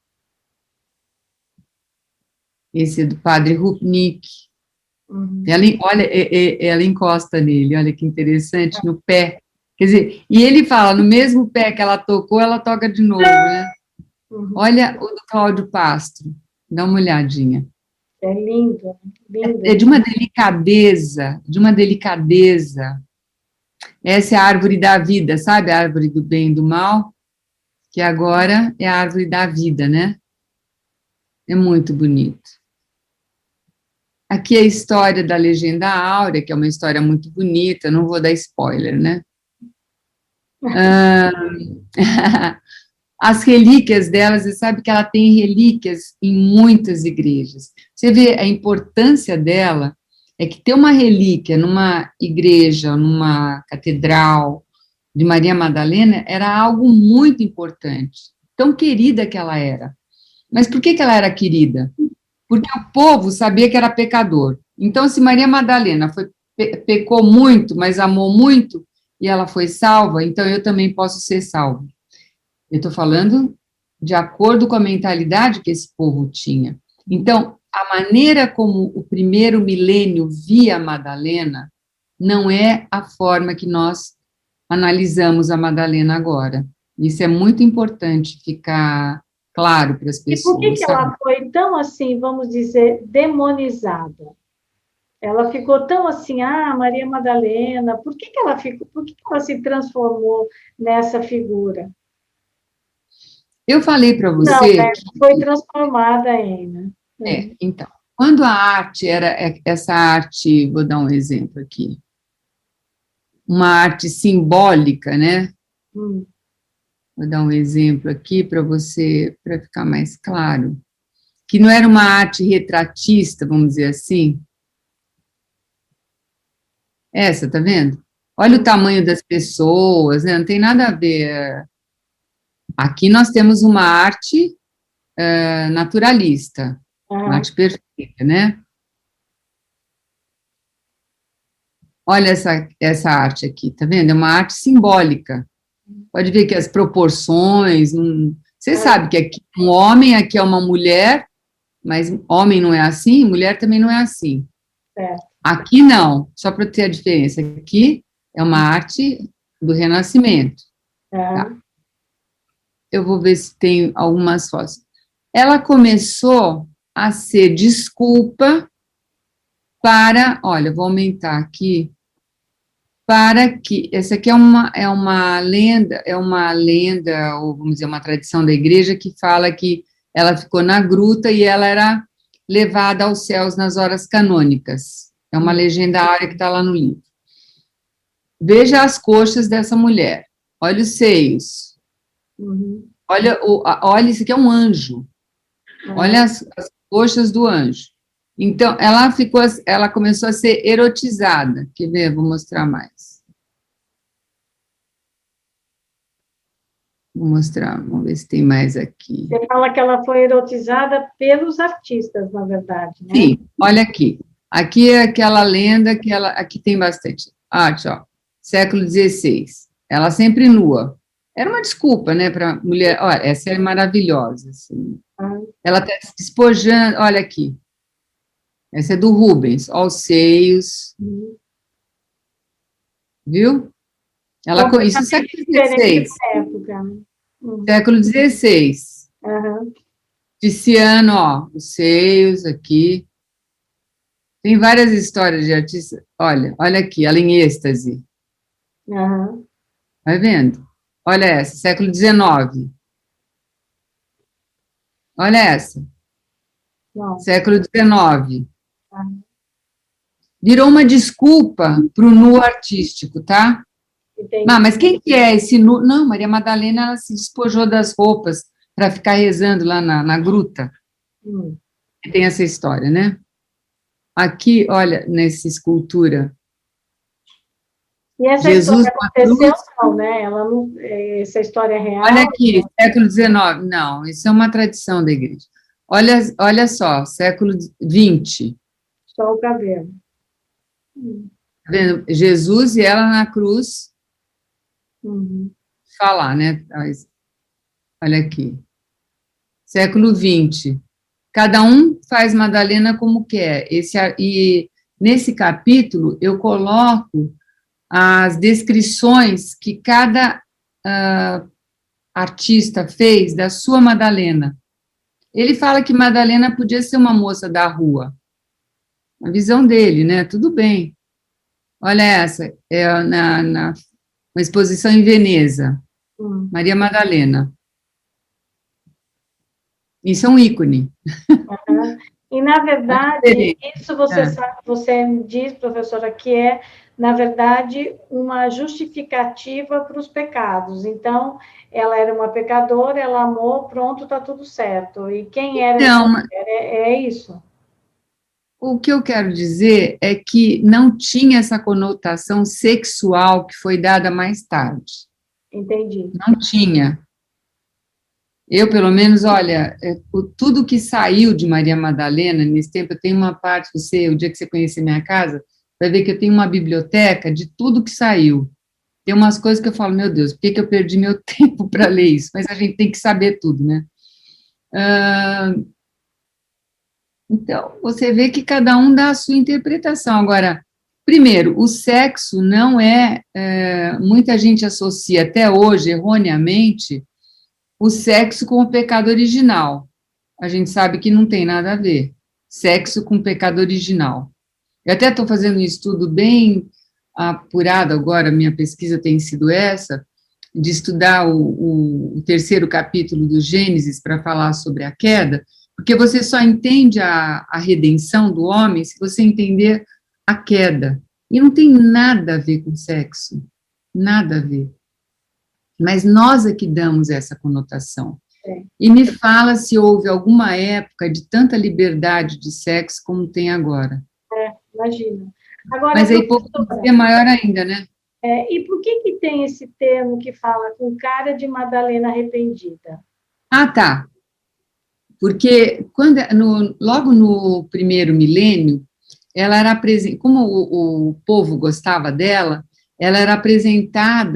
esse é do padre Rupnik. Olha, ela encosta nele, olha que interessante, no pé. Quer dizer, e ele fala, no mesmo pé que ela tocou, ela toca de novo, né? Olha o do Cláudio Pastro, dá uma olhadinha. É lindo, lindo. É de uma delicadeza, de uma delicadeza. Essa é a árvore da vida, sabe? A árvore do bem e do mal, que agora é a árvore da vida, né? É muito bonito. Aqui é a história da Legenda Áurea, que é uma história muito bonita, não vou dar spoiler, né? As relíquias delas, você sabe que ela tem relíquias em muitas igrejas. Você vê a importância dela, é que ter uma relíquia numa igreja, numa catedral de Maria Madalena, era algo muito importante, tão querida que ela era. Mas por que ela era querida? Porque o povo sabia que era pecador. Então, se Maria Madalena pecou muito, mas amou muito, e ela foi salva, então eu também posso ser salvo. Eu estou falando de acordo com a mentalidade que esse povo tinha. Então, a maneira como o primeiro milênio via a Madalena não é a forma que nós analisamos a Madalena agora. Isso é muito importante ficar claro para as pessoas. E por que ela foi tão assim, vamos dizer, demonizada? Ela ficou tão assim, Maria Madalena, por que ela se transformou nessa figura? Eu falei para você... Não, né? Foi transformada ainda. Então, quando a arte era essa arte, vou dar um exemplo aqui, uma arte simbólica, né? Vou dar um exemplo aqui para ficar mais claro, que não era uma arte retratista, vamos dizer assim. Essa, tá vendo? Olha o tamanho das pessoas, né? Não tem nada a ver. Aqui nós temos uma arte naturalista, uma arte perfeita, né? Olha essa arte aqui, tá vendo? É uma arte simbólica. Pode ver que as proporções, você sabe que aqui é um homem, aqui é uma mulher, mas homem não é assim, mulher também não é assim. Aqui não, só para ter a diferença, aqui é uma arte do Renascimento. Tá? Eu vou ver se tem algumas fotos. Ela começou a ser desculpa para, olha, vou aumentar aqui, para que, essa aqui é uma lenda, ou vamos dizer, uma tradição da igreja que fala que ela ficou na gruta e ela era levada aos céus nas horas canônicas. É uma legenda áurea que está lá no livro. Veja as coxas dessa mulher. Olha os seios. Olha, isso aqui é um anjo. Olha as coxas do anjo. Então, ela começou a ser erotizada. Quer ver? Vou mostrar mais. Vou mostrar, vamos ver se tem mais aqui. Você fala que ela foi erotizada pelos artistas, na verdade, né? Sim, olha aqui. Aqui é aquela lenda que aqui tem bastante arte, ó. Século XVI. Ela sempre nua. Era uma desculpa, né, para mulher. Olha, essa é maravilhosa. Assim. Ela está se despojando. Olha aqui. Essa é do Rubens. Olha os seios. Viu? Isso é século XVI. Século XVI. Tiziano, ó, os seios aqui. Tem várias histórias de artistas. Olha aqui, ela em êxtase. Vai vendo? Olha essa, século XIX. Olha essa. Século XIX. Virou uma desculpa para o nu artístico, tá? Mas quem que é esse nu? Não, Maria Madalena, ela se despojou das roupas para ficar rezando lá na gruta. Tem essa história, né? Aqui, olha, nessa escultura. E essa Jesus história aconteceu, não, né? Ela não, essa história é real. Olha aqui, século XIX. Não, isso é uma tradição da igreja. Olha só, século XX. Só o cabelo. Tá vendo? Jesus e ela na cruz. Falar, né? Olha aqui. Século XX. Cada um faz Madalena como quer. E nesse capítulo eu coloco as descrições que cada artista fez da sua Madalena. Ele fala que Madalena podia ser uma moça da rua. A visão dele, né? Tudo bem. Olha essa, é uma exposição em Veneza. Maria Madalena. Isso é um ícone. E, na verdade, isso você diz, professora, que é, na verdade, uma justificativa para os pecados. Então, ela era uma pecadora, ela amou, pronto, está tudo certo. E quem era essa mulher? É isso. O que eu quero dizer é que não tinha essa conotação sexual que foi dada mais tarde. Entendi. Não tinha. Eu, pelo menos, olha, tudo que saiu de Maria Madalena, nesse tempo, eu tenho uma parte, o dia que você conhecer minha casa, vai ver que eu tenho uma biblioteca de tudo que saiu. Tem umas coisas que eu falo, meu Deus, por que eu perdi meu tempo para ler isso? Mas a gente tem que saber tudo, né? Então, você vê que cada um dá a sua interpretação. Agora, primeiro, o sexo não muita gente associa até hoje, erroneamente, o sexo com o pecado original. A gente sabe que não tem nada a ver. Sexo com pecado original. Eu até estou fazendo um estudo bem apurado agora, minha pesquisa tem sido essa, de estudar o terceiro capítulo do Gênesis para falar sobre a queda, porque você só entende a redenção do homem se você entender a queda. E não tem nada a ver com sexo. Nada a ver. Mas nós é que damos essa conotação. E me fala se houve alguma época de tanta liberdade de sexo como tem agora. Imagina. Agora, mas a hipocrisia é maior ainda, né? E por que tem esse termo que fala com cara de Madalena arrependida? Tá. Porque logo no primeiro milênio, ela era como o povo gostava dela, ela era apresentada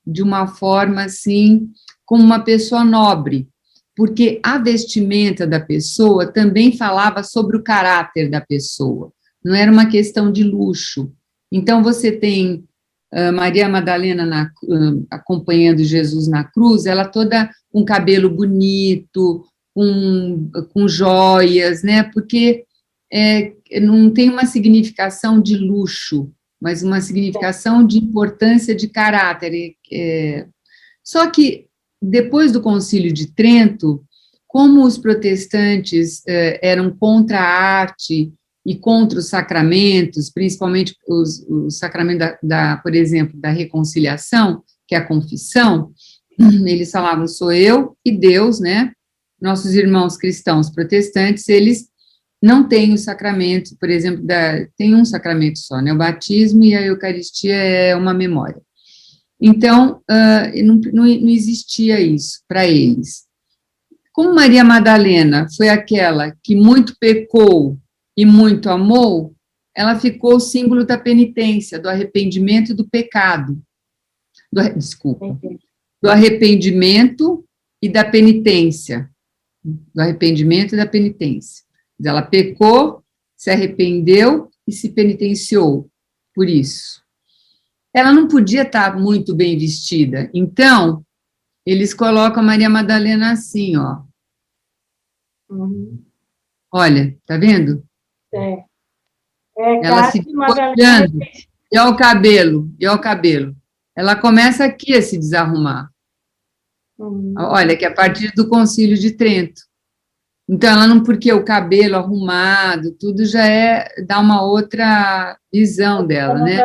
de uma forma, assim, como uma pessoa nobre, porque a vestimenta da pessoa também falava sobre o caráter da pessoa, não era uma questão de luxo. Então, você tem Maria Madalena acompanhando Jesus na cruz, ela toda com cabelo bonito, com joias, né? Porque não tem uma significação de luxo, mas uma significação de importância de caráter. Só que, depois do Concílio de Trento, como os protestantes eram contra a arte e contra os sacramentos, principalmente o sacramento, por exemplo, da reconciliação, que é a confissão, eles falavam, sou eu e Deus, né? Nossos irmãos cristãos protestantes, eles não têm o sacramento, por exemplo, tem um sacramento só, né? O batismo e a Eucaristia é uma memória. Então, não existia isso para eles. Como Maria Madalena foi aquela que muito pecou e muito amou, ela ficou o símbolo da penitência, do arrependimento e do pecado. Do arrependimento e da penitência. Do arrependimento e da penitência. Ela pecou, se arrependeu e se penitenciou por isso. Ela não podia estar muito bem vestida, então eles colocam a Maria Madalena assim, ó. Uhum. Olha, tá vendo? Ela se despojando. E ao cabelo. Ela começa aqui a se desarrumar. Olha, que é a partir do Concílio de Trento. Então, ela não, porque o cabelo arrumado, tudo já dá uma outra visão dela, né?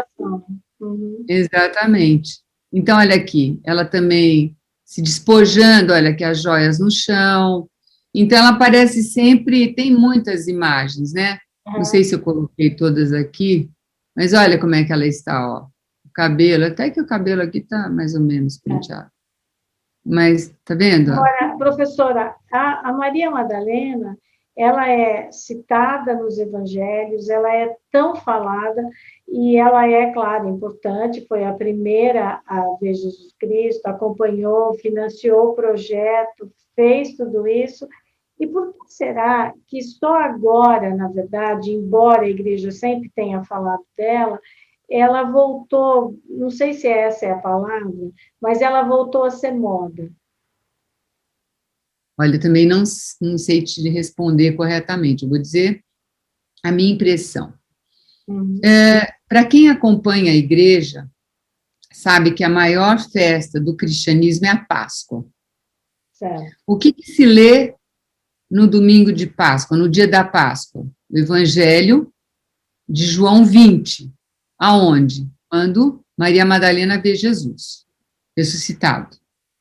Exatamente. Então, olha aqui, ela também se despojando, olha aqui as joias no chão. Então, ela aparece sempre, tem muitas imagens, né? Não sei se eu coloquei todas aqui, mas olha como é que ela está, ó. O cabelo, até que o cabelo aqui está mais ou menos penteado. Mas, tá vendo? Agora, professora, a Maria Madalena, ela é citada nos evangelhos, ela é tão falada, e ela é, claro, importante, foi a primeira a ver Jesus Cristo, acompanhou, financiou o projeto, fez tudo isso. E por que será que só agora, na verdade, embora a igreja sempre tenha falado dela, ela voltou, não sei se essa é a palavra, mas ela voltou a ser moda? Olha, eu também não sei te responder corretamente, eu vou dizer a minha impressão. Para quem acompanha a igreja, sabe que a maior festa do cristianismo é a Páscoa. Certo. O que se lê no domingo de Páscoa, no dia da Páscoa? O Evangelho de João 20. Aonde? Quando Maria Madalena vê Jesus ressuscitado.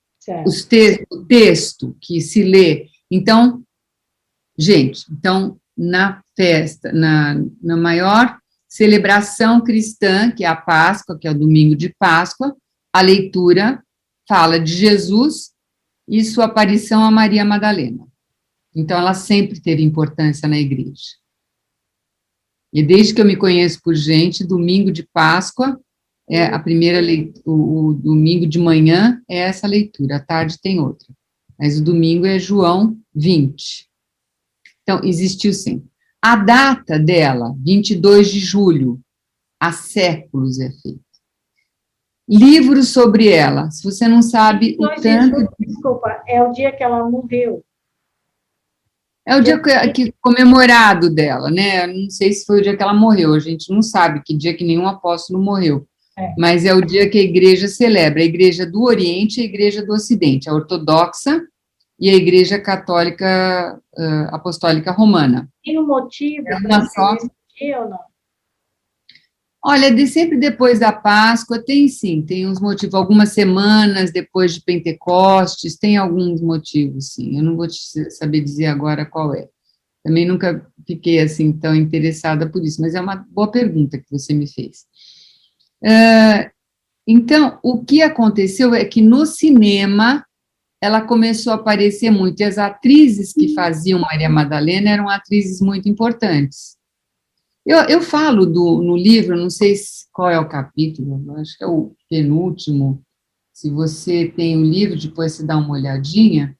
O texto que se lê. Então, gente, na festa, na maior celebração cristã, que é a Páscoa, que é o domingo de Páscoa, a leitura fala de Jesus e sua aparição a Maria Madalena. Então, ela sempre teve importância na igreja. E desde que eu me conheço por gente, domingo de Páscoa é a primeira leitura, o domingo de manhã é essa leitura, à tarde tem outra. Mas o domingo é João 20. Então, existiu sempre. A data dela, 22 de julho, há séculos é feita. Livros sobre ela, se você não sabe o tanto... Desculpa, é o dia que ela morreu. É o dia que comemorado dela, né? Não sei se foi o dia que ela morreu, a gente não sabe que dia que nenhum apóstolo morreu. Mas é o dia que a igreja celebra, a igreja do Oriente e a igreja do Ocidente, a ortodoxa e a igreja católica apostólica romana. Tem um motivo para esse dia ou não? Olha, sempre depois da Páscoa, tem uns motivos, algumas semanas depois de Pentecostes, tem alguns motivos, sim, eu não vou te saber dizer agora qual é. Também nunca fiquei, assim, tão interessada por isso, mas é uma boa pergunta que você me fez. Então, o que aconteceu é que no cinema ela começou a aparecer muito, e as atrizes que faziam Maria Madalena eram atrizes muito importantes. Eu falo no livro, não sei qual é o capítulo, acho que é o penúltimo, Se você tem o livro, depois você dá uma olhadinha.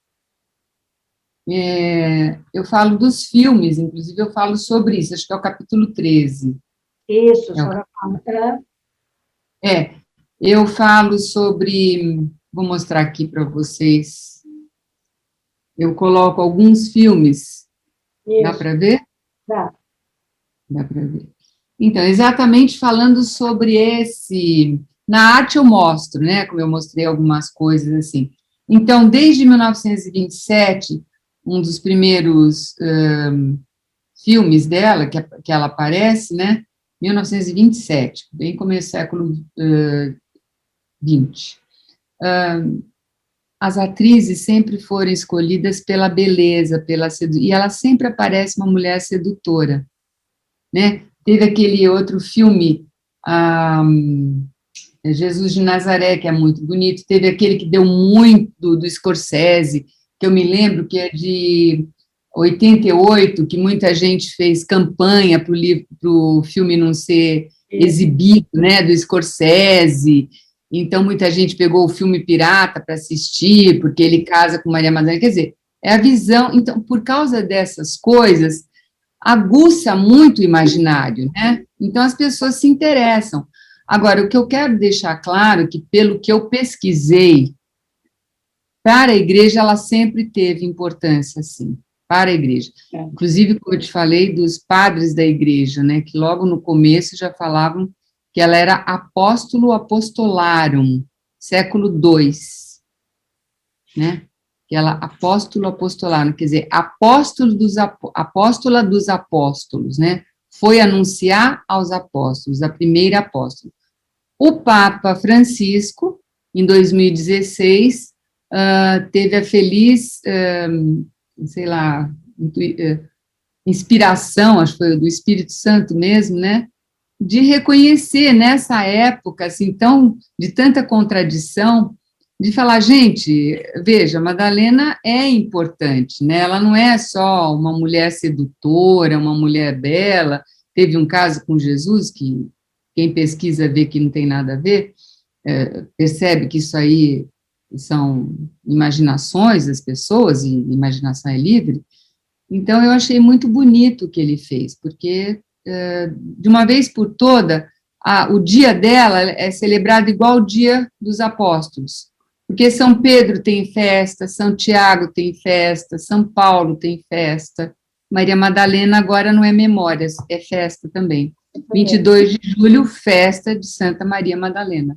Eu falo dos filmes, inclusive eu falo sobre isso, acho que é o capítulo 13. Isso, a É, senhora fala. eu falo sobre, vou mostrar aqui para vocês, eu coloco alguns filmes, dá Isso, para ver? tá. Dá para ver. Então, exatamente falando sobre esse, na arte eu mostro, né, como eu mostrei algumas coisas assim. Então, desde 1927, um dos primeiros filmes dela, que ela aparece, né, 1927, bem começo do século XX. As atrizes sempre foram escolhidas pela beleza, e ela sempre aparece uma mulher sedutora, né? Teve aquele outro filme, Jesus de Nazaré, que é muito bonito, teve aquele que deu muito, do Scorsese, que eu me lembro que é de 88, que muita gente fez campanha para o filme não ser exibido, né, do Scorsese. Então, muita gente pegou o filme pirata para assistir, porque ele casa com Maria Madalena. Quer dizer, é a visão. Então, por causa dessas coisas, aguça muito o imaginário, né? Então, as pessoas se interessam. Agora, o que eu quero deixar claro é que, pelo que eu pesquisei, para a igreja, ela sempre teve importância, sim, para a igreja. Inclusive, como eu te falei, dos padres da igreja, né, que logo no começo já falavam que ela era apóstolo apostolarum, século II, né, que ela apóstolo apostolarum, quer dizer, apóstola dos apóstolos, né, foi anunciar aos apóstolos, a primeira apóstola. O Papa Francisco, em 2016, teve a feliz, sei lá, inspiração, acho que foi do Espírito Santo mesmo, né, de reconhecer nessa época, assim, tão, de tanta contradição, de falar, gente, veja, Madalena é importante, né, ela não é só uma mulher sedutora, uma mulher bela, teve um caso com Jesus, que quem pesquisa vê que não tem nada a ver, percebe que isso aí são imaginações das pessoas, e imaginação é livre. Então, eu achei muito bonito o que ele fez, porque, de uma vez por toda, o dia dela é celebrado igual o dia dos apóstolos, porque São Pedro tem festa, São Tiago tem festa, São Paulo tem festa, Maria Madalena agora não é memórias, é festa também. 22 de julho, festa de Santa Maria Madalena.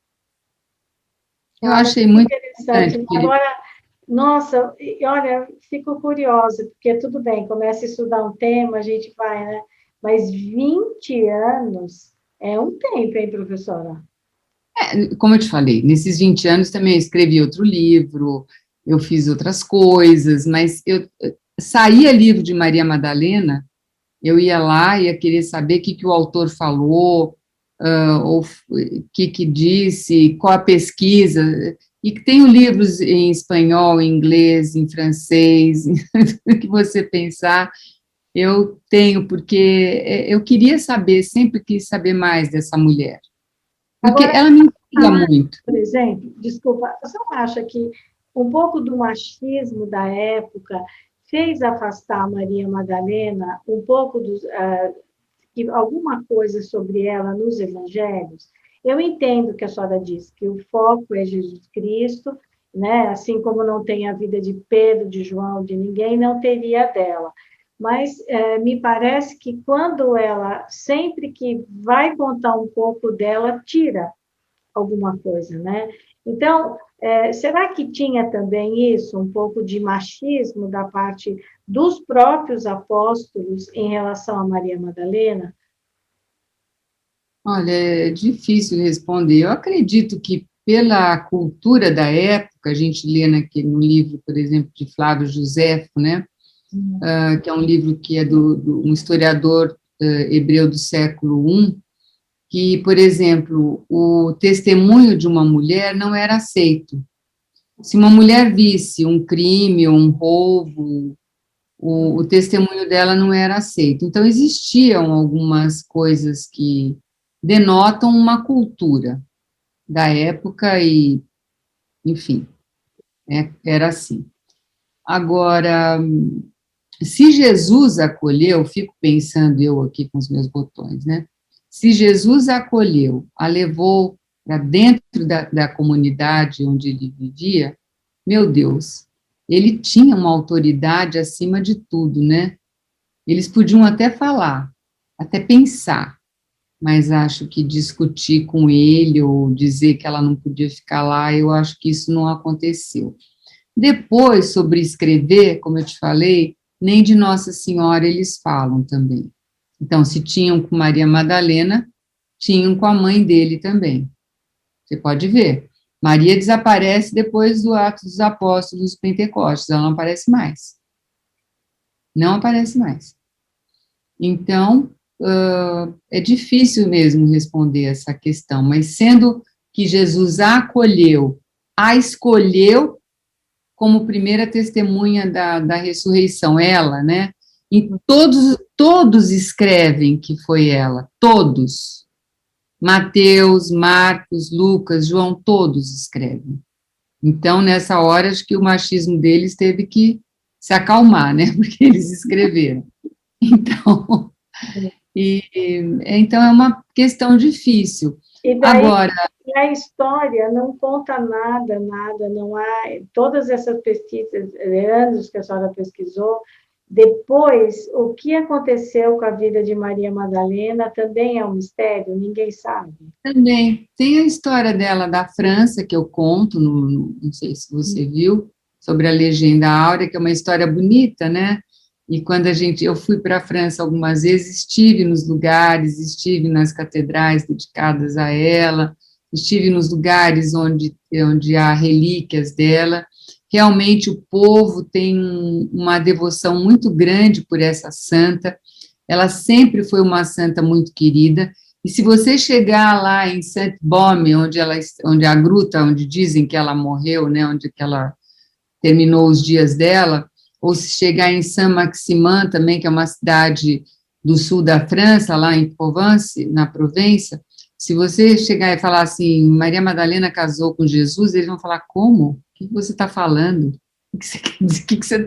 Eu achei muito interessante. Agora, nossa, olha, fico curiosa, porque tudo bem, começa a estudar um tema, a gente vai, né? Mas 20 anos é um tempo, hein, professora? Como eu te falei, nesses 20 anos também eu escrevi outro livro, eu fiz outras coisas, mas eu saía livro de Maria Madalena, eu ia lá, ia querer saber o que o autor falou, ou o que disse, qual a pesquisa, e tenho livros em espanhol, em inglês, em francês, o que você pensar, eu tenho, porque eu queria saber, sempre quis saber mais dessa mulher, porque Agora, ela me intriga muito. por exemplo, desculpa, você não acha que um pouco do machismo da época fez afastar a Maria Madalena um pouco que alguma coisa sobre ela nos evangelhos? Eu entendo que a senhora diz que o foco é Jesus Cristo, né? Assim como não tem a vida de Pedro, de João, de ninguém, não teria dela. Mas me parece que quando ela, sempre que vai contar um pouco dela, tira alguma coisa, né? Então, será que tinha também isso, um pouco de machismo da parte dos próprios apóstolos em relação a Maria Madalena? Olha, é difícil responder. Eu acredito que pela cultura da época, a gente lê no livro, por exemplo, de Flávio Josefo, né, que é um livro que é um historiador hebreu do século I, que, por exemplo, o testemunho de uma mulher não era aceito. Se uma mulher visse um crime ou um roubo, o testemunho dela não era aceito. Então, existiam algumas coisas que denotam uma cultura. da época e, enfim, era assim. Agora, se Jesus acolheu, fico pensando eu aqui com os meus botões, né? Se Jesus acolheu, a levou para dentro da comunidade onde ele vivia, meu Deus, ele tinha uma autoridade acima de tudo, né? Eles podiam até falar, até pensar, mas acho que discutir com ele ou dizer que ela não podia ficar lá, eu acho que isso não aconteceu. Depois, sobre escrever, como eu te falei, nem de Nossa Senhora eles falam também. Então, se tinham com Maria Madalena, tinham com a mãe dele também. Você pode ver. Maria desaparece depois do Atos dos Apóstolos, dos Pentecostes, ela não aparece mais. Não aparece mais. Então, é difícil mesmo responder essa questão, mas sendo que Jesus a acolheu, a escolheu como primeira testemunha da ressurreição, ela, né? E todos escrevem que foi ela, todos. Mateus, Marcos, Lucas, João, todos escrevem. Então, nessa hora, acho que o machismo deles teve que se acalmar, né? Porque eles escreveram. Então, então é uma questão difícil. E daí, agora, a história não conta nada, não há, todas essas pesquisas, anos que a senhora pesquisou, depois, o que aconteceu com a vida de Maria Madalena também é um mistério, ninguém sabe. Também, tem a história dela da França, que eu conto, não sei se você viu, sobre a Legenda Áurea, que é uma história bonita, né? E quando eu fui para a França algumas vezes, estive nos lugares, estive nas catedrais dedicadas a ela, estive nos lugares onde há relíquias dela. Realmente o povo tem uma devoção muito grande por essa santa. Ela sempre foi uma santa muito querida. E se você chegar lá em Saint-Baume, onde a gruta, onde dizem que ela morreu, né, onde que ela terminou os dias dela, ou se chegar em Saint-Maximin também, que é uma cidade do sul da França, lá em Provence, na Provença, se você chegar e falar assim, Maria Madalena casou com Jesus, eles vão falar, como? O que você está falando? O que você quer dizer?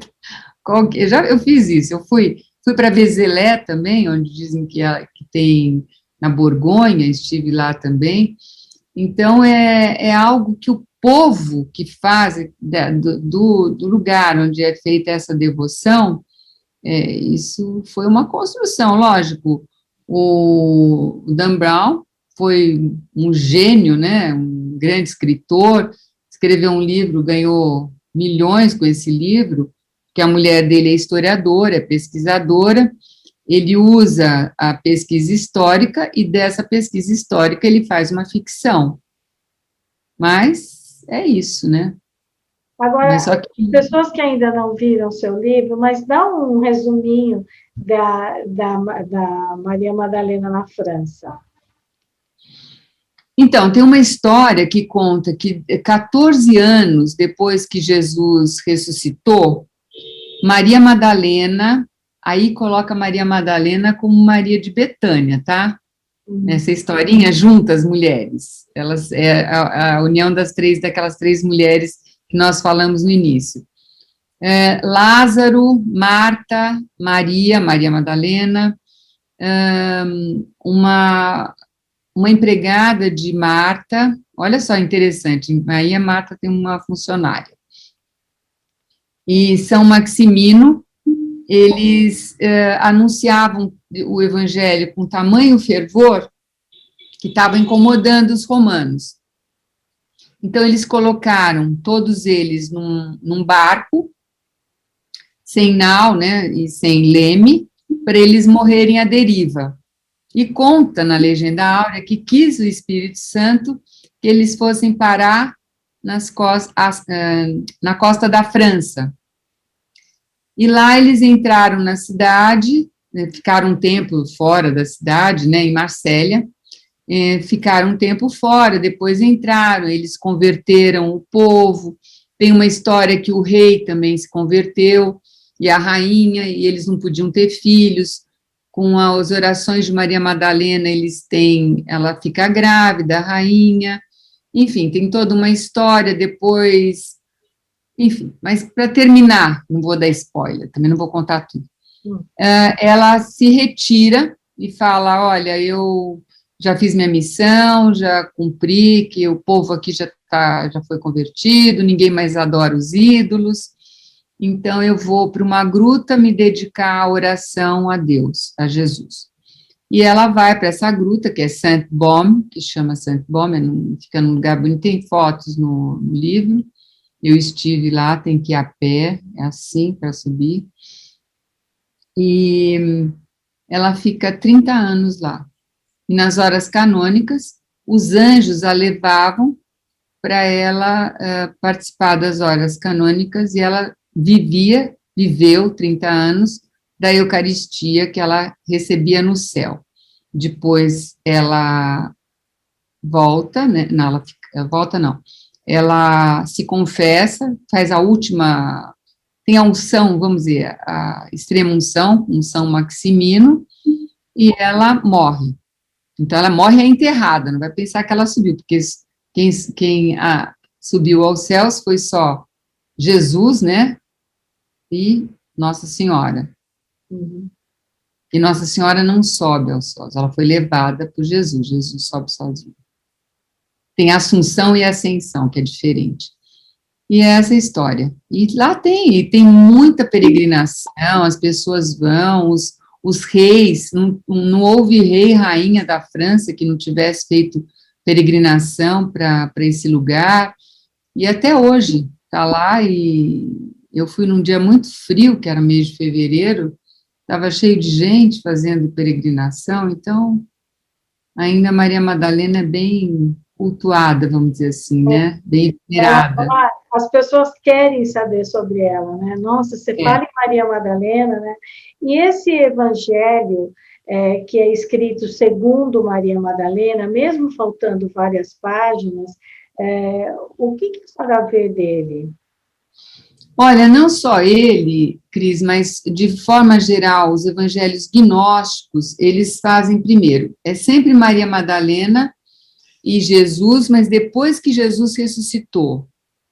Eu fiz isso, eu fui para Vézelay também, onde dizem que tem na Borgonha, estive lá também. Então, é algo que o povo que faz do lugar onde é feita essa devoção, isso foi uma construção, lógico. O Dan Brown foi um gênio, né, um grande escritor, escreveu um livro, ganhou milhões com esse livro, que a mulher dele é historiadora, é pesquisadora, ele usa a pesquisa histórica e dessa pesquisa histórica ele faz uma ficção. Mas é isso, né? Agora, pessoas que ainda não viram seu livro, mas dá um resuminho da Maria Madalena na França. Então, tem uma história que conta que 14 anos depois que Jesus ressuscitou, Maria Madalena, aí coloca Maria Madalena como Maria de Betânia, tá? Nessa historinha, juntas mulheres. Elas é a união daquelas três mulheres que nós falamos no início. Lázaro, Marta, Maria Madalena, uma empregada de Marta, olha só, interessante, aí a Marta tem uma funcionária. E São Maximino, eles anunciavam o evangelho com tamanho fervor que estava incomodando os romanos. Então, eles colocaram todos eles num barco, sem nau, né, e sem leme, para eles morrerem à deriva. E conta na Legenda Áurea que quis o Espírito Santo que eles fossem parar na costa da França. E lá eles entraram na cidade, né, ficaram um tempo fora da cidade, né, em Marsella, ficaram um tempo fora, depois entraram, eles converteram o povo, tem uma história que o rei também se converteu, e a rainha, e eles não podiam ter filhos, com as orações de Maria Madalena, ela fica grávida, a rainha, enfim, tem toda uma história depois, enfim, mas para terminar, não vou dar spoiler, também não vou contar tudo. Ela se retira e fala, olha, eu já fiz minha missão, já cumpri, que o povo aqui já foi convertido, ninguém mais adora os ídolos, então eu vou para uma gruta me dedicar à oração a Deus, a Jesus. E ela vai para essa gruta, que é Saint-Baume, que chama Saint-Baume, fica num lugar bonito, tem fotos no livro, eu estive lá, tem que ir a pé, é assim para subir, e ela fica 30 anos lá. E nas horas canônicas, os anjos a levavam para ela participar das horas canônicas, e ela viveu 30 anos da Eucaristia que ela recebia no céu. Depois ela volta, né? Não, ela se confessa, faz a última, tem a unção, vamos dizer, a extrema unção maximino, e ela morre. Então, ela morre enterrada, não vai pensar que ela subiu, porque quem subiu aos céus foi só Jesus, né, e Nossa Senhora. Uhum. E Nossa Senhora não sobe aos céus, ela foi levada por Jesus, Jesus sobe sozinho. Tem a Assunção e a Ascensão, que é diferente. E é essa história. E lá tem muita peregrinação, as pessoas vão, os reis, não houve rei e rainha da França que não tivesse feito peregrinação para esse lugar, e até hoje está lá, e eu fui num dia muito frio, que era mês de fevereiro, estava cheio de gente fazendo peregrinação, então ainda Maria Madalena é bem cultuada, vamos dizer assim, né? Bem venerada. As pessoas querem saber sobre ela, né? Nossa, você fala em Maria Madalena, né? E esse evangelho que é escrito segundo Maria Madalena, mesmo faltando várias páginas, o que a senhora vê dele? Olha, não só ele, Cris, mas de forma geral, os evangelhos gnósticos, eles fazem primeiro, é sempre Maria Madalena e Jesus, mas depois que Jesus ressuscitou.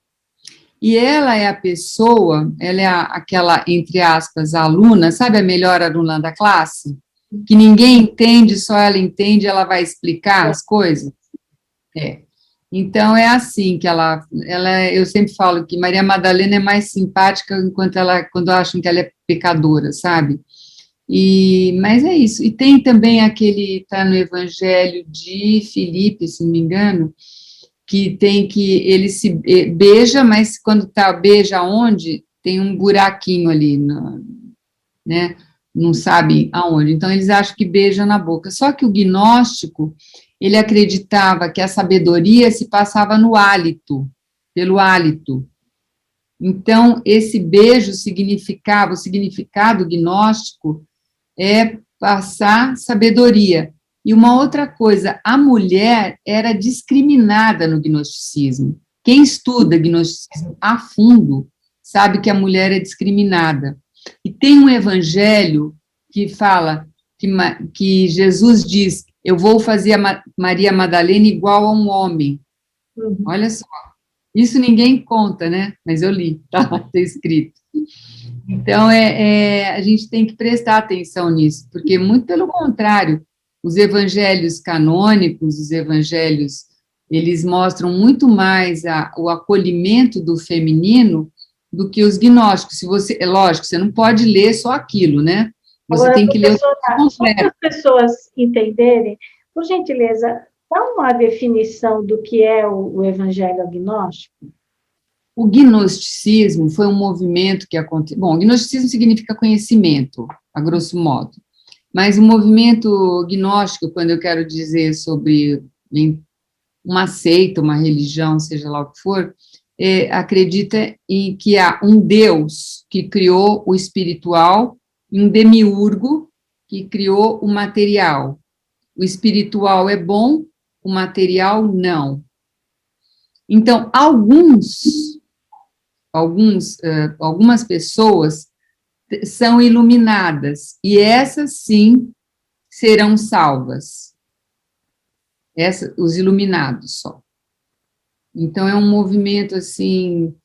E ela é a pessoa, ela é aquela, entre aspas, aluna, sabe a melhor aluna da classe? Que ninguém entende, só ela entende, ela vai explicar as coisas? Então, é assim que eu sempre falo que Maria Madalena é mais simpática quando acham que ela é pecadora, sabe? Mas é isso. E tem também está no Evangelho de Filipe, se não me engano, que ele se beija, mas quando beija onde, tem um buraquinho ali, né? Não sabe aonde. Então, eles acham que beija na boca. Só que o gnóstico, ele acreditava que a sabedoria se passava no hálito, pelo hálito. Então, esse beijo o significado gnóstico é passar sabedoria. E uma outra coisa, a mulher era discriminada no gnosticismo. Quem estuda gnosticismo a fundo sabe que a mulher é discriminada. E tem um evangelho que fala que Jesus diz: eu vou fazer a Maria Madalena igual a um homem. Uhum. Olha só, isso ninguém conta, né? Mas eu li, tá escrito. Então, a gente tem que prestar atenção nisso, porque, muito pelo contrário, os evangelhos canônicos, os evangelhos, eles mostram muito mais o acolhimento do feminino do que os gnósticos. É lógico, você não pode ler só aquilo, né? Você tem que ler o completo. Só para as pessoas entenderem, por gentileza, dá uma definição do que é o evangelho agnóstico. O gnosticismo foi um movimento que aconteceu. Bom, gnosticismo significa conhecimento, a grosso modo. Mas o movimento gnóstico, quando eu quero dizer sobre uma seita, uma religião, seja lá o que for, acredita em que há um Deus que criou o espiritual e um demiurgo que criou o material. O espiritual é bom, o material não. Então, algumas pessoas são iluminadas, e essas sim serão salvas. Os iluminados só. Então, é um movimento, assim,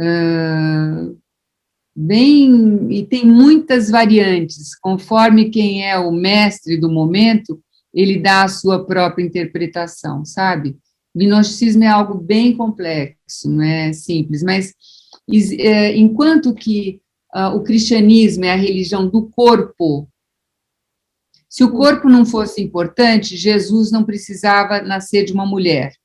bem... E tem muitas variantes. Conforme quem é o mestre do momento, ele dá a sua própria interpretação, sabe? O gnosticismo é algo bem complexo, não é simples, mas enquanto que o cristianismo é a religião do corpo, se o corpo não fosse importante, Jesus não precisava nascer de uma mulher.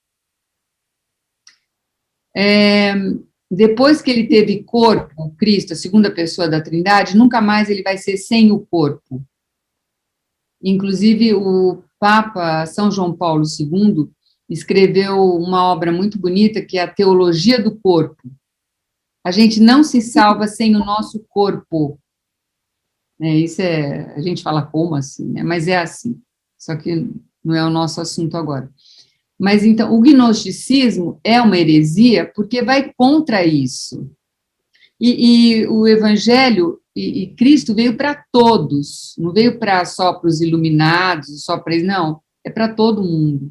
Depois que ele teve corpo, Cristo, a segunda pessoa da Trindade, nunca mais ele vai ser sem o corpo. Inclusive, o Papa São João Paulo II escreveu uma obra muito bonita, que é a Teologia do Corpo. A gente não se salva sem o nosso corpo. Isso a gente fala como assim, né? Mas é assim, só que não é o nosso assunto agora. Mas, então, o gnosticismo é uma heresia porque vai contra isso. E o Evangelho, e Cristo veio para todos, não veio só para os iluminados, só para eles, não, é para todo mundo.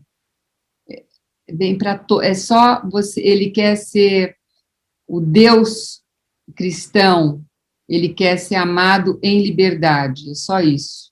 É só você, ele quer ser o Deus cristão, ele quer ser amado em liberdade, é só isso.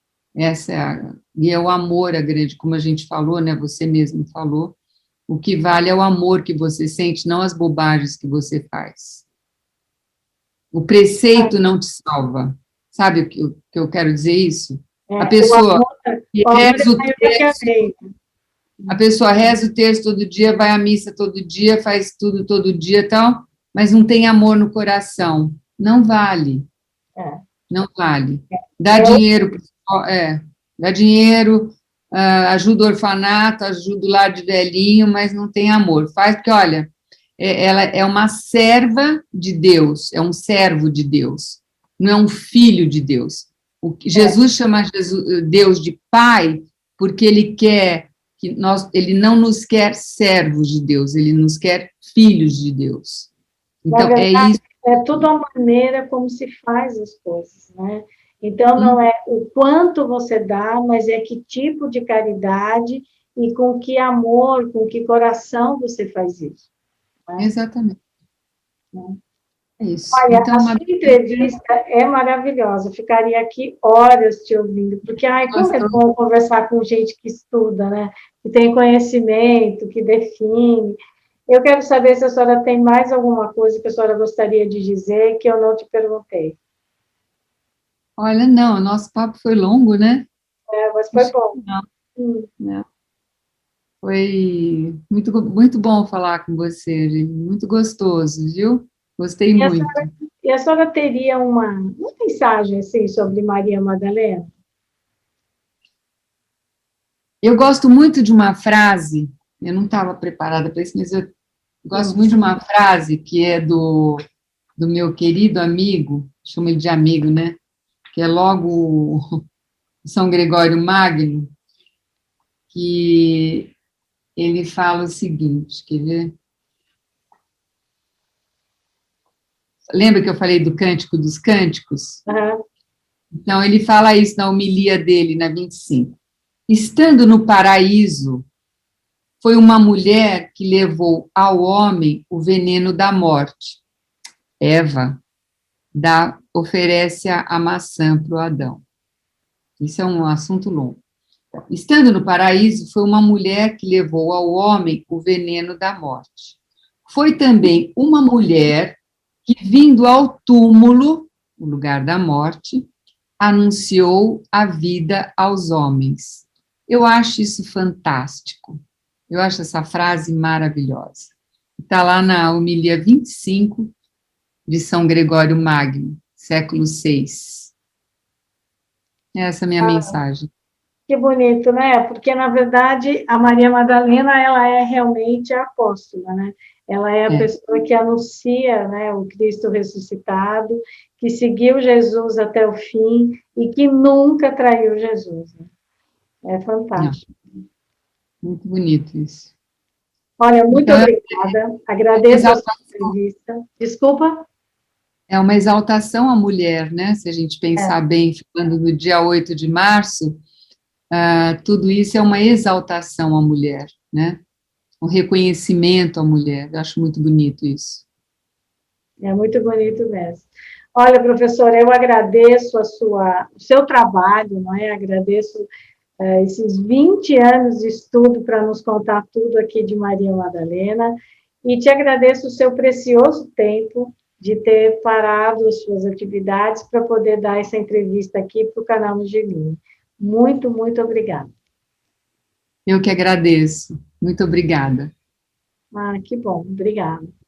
E é o amor a grande, como a gente falou, né, você mesmo falou, o que vale é o amor que você sente, não as bobagens que você faz. O preceito não te salva. Sabe o que eu quero dizer isso? A pessoa que reza o texto, a pessoa reza o texto todo dia, vai à missa todo dia, faz tudo todo dia e tal, mas não tem amor no coração. Não vale. Não vale. Dá dinheiro, dá dinheiro, ajuda o orfanato, ajuda o lar de velhinho, mas não tem amor. Faz porque, olha, ela é uma serva de Deus, é um servo de Deus, não é um filho de Deus. Jesus chama Deus de Pai porque ele quer ele não nos quer servos de Deus, ele nos quer filhos de Deus. Então, verdade, isso. É tudo a maneira como se faz as coisas, né? Então, não é o quanto você dá, mas é que tipo de caridade e com que amor, com que coração você faz isso. Né? Exatamente. É isso. Olha, então, a sua entrevista é maravilhosa, eu ficaria aqui horas te ouvindo, porque, como é bom conversar com gente que estuda, né? Que tem conhecimento, que define. Eu quero saber se a senhora tem mais alguma coisa que a senhora gostaria de dizer que eu não te perguntei. Olha, não, o nosso papo foi longo, né? Mas foi bom. Não. Foi muito bom falar com você, gente. Muito gostoso, viu? Gostei muito. E a senhora teria uma mensagem assim, sobre Maria Madalena? Eu gosto muito de uma frase, eu não estava preparada para isso, mas eu gosto muito de uma frase que é do meu querido amigo, chamo ele de amigo, né? Que é logo São Gregório Magno, que ele fala o seguinte, quer ver? Lembra que eu falei do Cântico dos Cânticos? Uhum. Então, ele fala isso na homilia dele, na 25. Estando no paraíso, foi uma mulher que levou ao homem o veneno da morte. Eva oferece a maçã para o Adão. Isso é um assunto longo. Estando no paraíso, foi uma mulher que levou ao homem o veneno da morte. Foi também uma mulher que, vindo ao túmulo, o lugar da morte, anunciou a vida aos homens. Eu acho isso fantástico. Eu acho essa frase maravilhosa. Está lá na homilia 25 de São Gregório Magno, século VI. Essa é a minha mensagem. Que bonito, né? Porque, na verdade, a Maria Madalena, ela é realmente a apóstola, né? Ela é a pessoa que anuncia, né, o Cristo ressuscitado, que seguiu Jesus até o fim e que nunca traiu Jesus. Né? É fantástico. Muito bonito isso. Olha, muito obrigada. Agradeço a sua entrevista. Desculpa? É uma exaltação à mulher, né? Se a gente pensar bem, falando do dia 8 de março, tudo isso é uma exaltação à mulher, né? o reconhecimento à mulher. Eu acho muito bonito isso. É muito bonito mesmo. Olha, professora, eu agradeço o seu trabalho, não é? Agradeço esses 20 anos de estudo para nos contar tudo aqui de Maria Madalena, e te agradeço o seu precioso tempo de ter parado as suas atividades para poder dar essa entrevista aqui para o canal Angelim. Muito, muito obrigada. Eu que agradeço. Muito obrigada. Ah, que bom. Obrigada.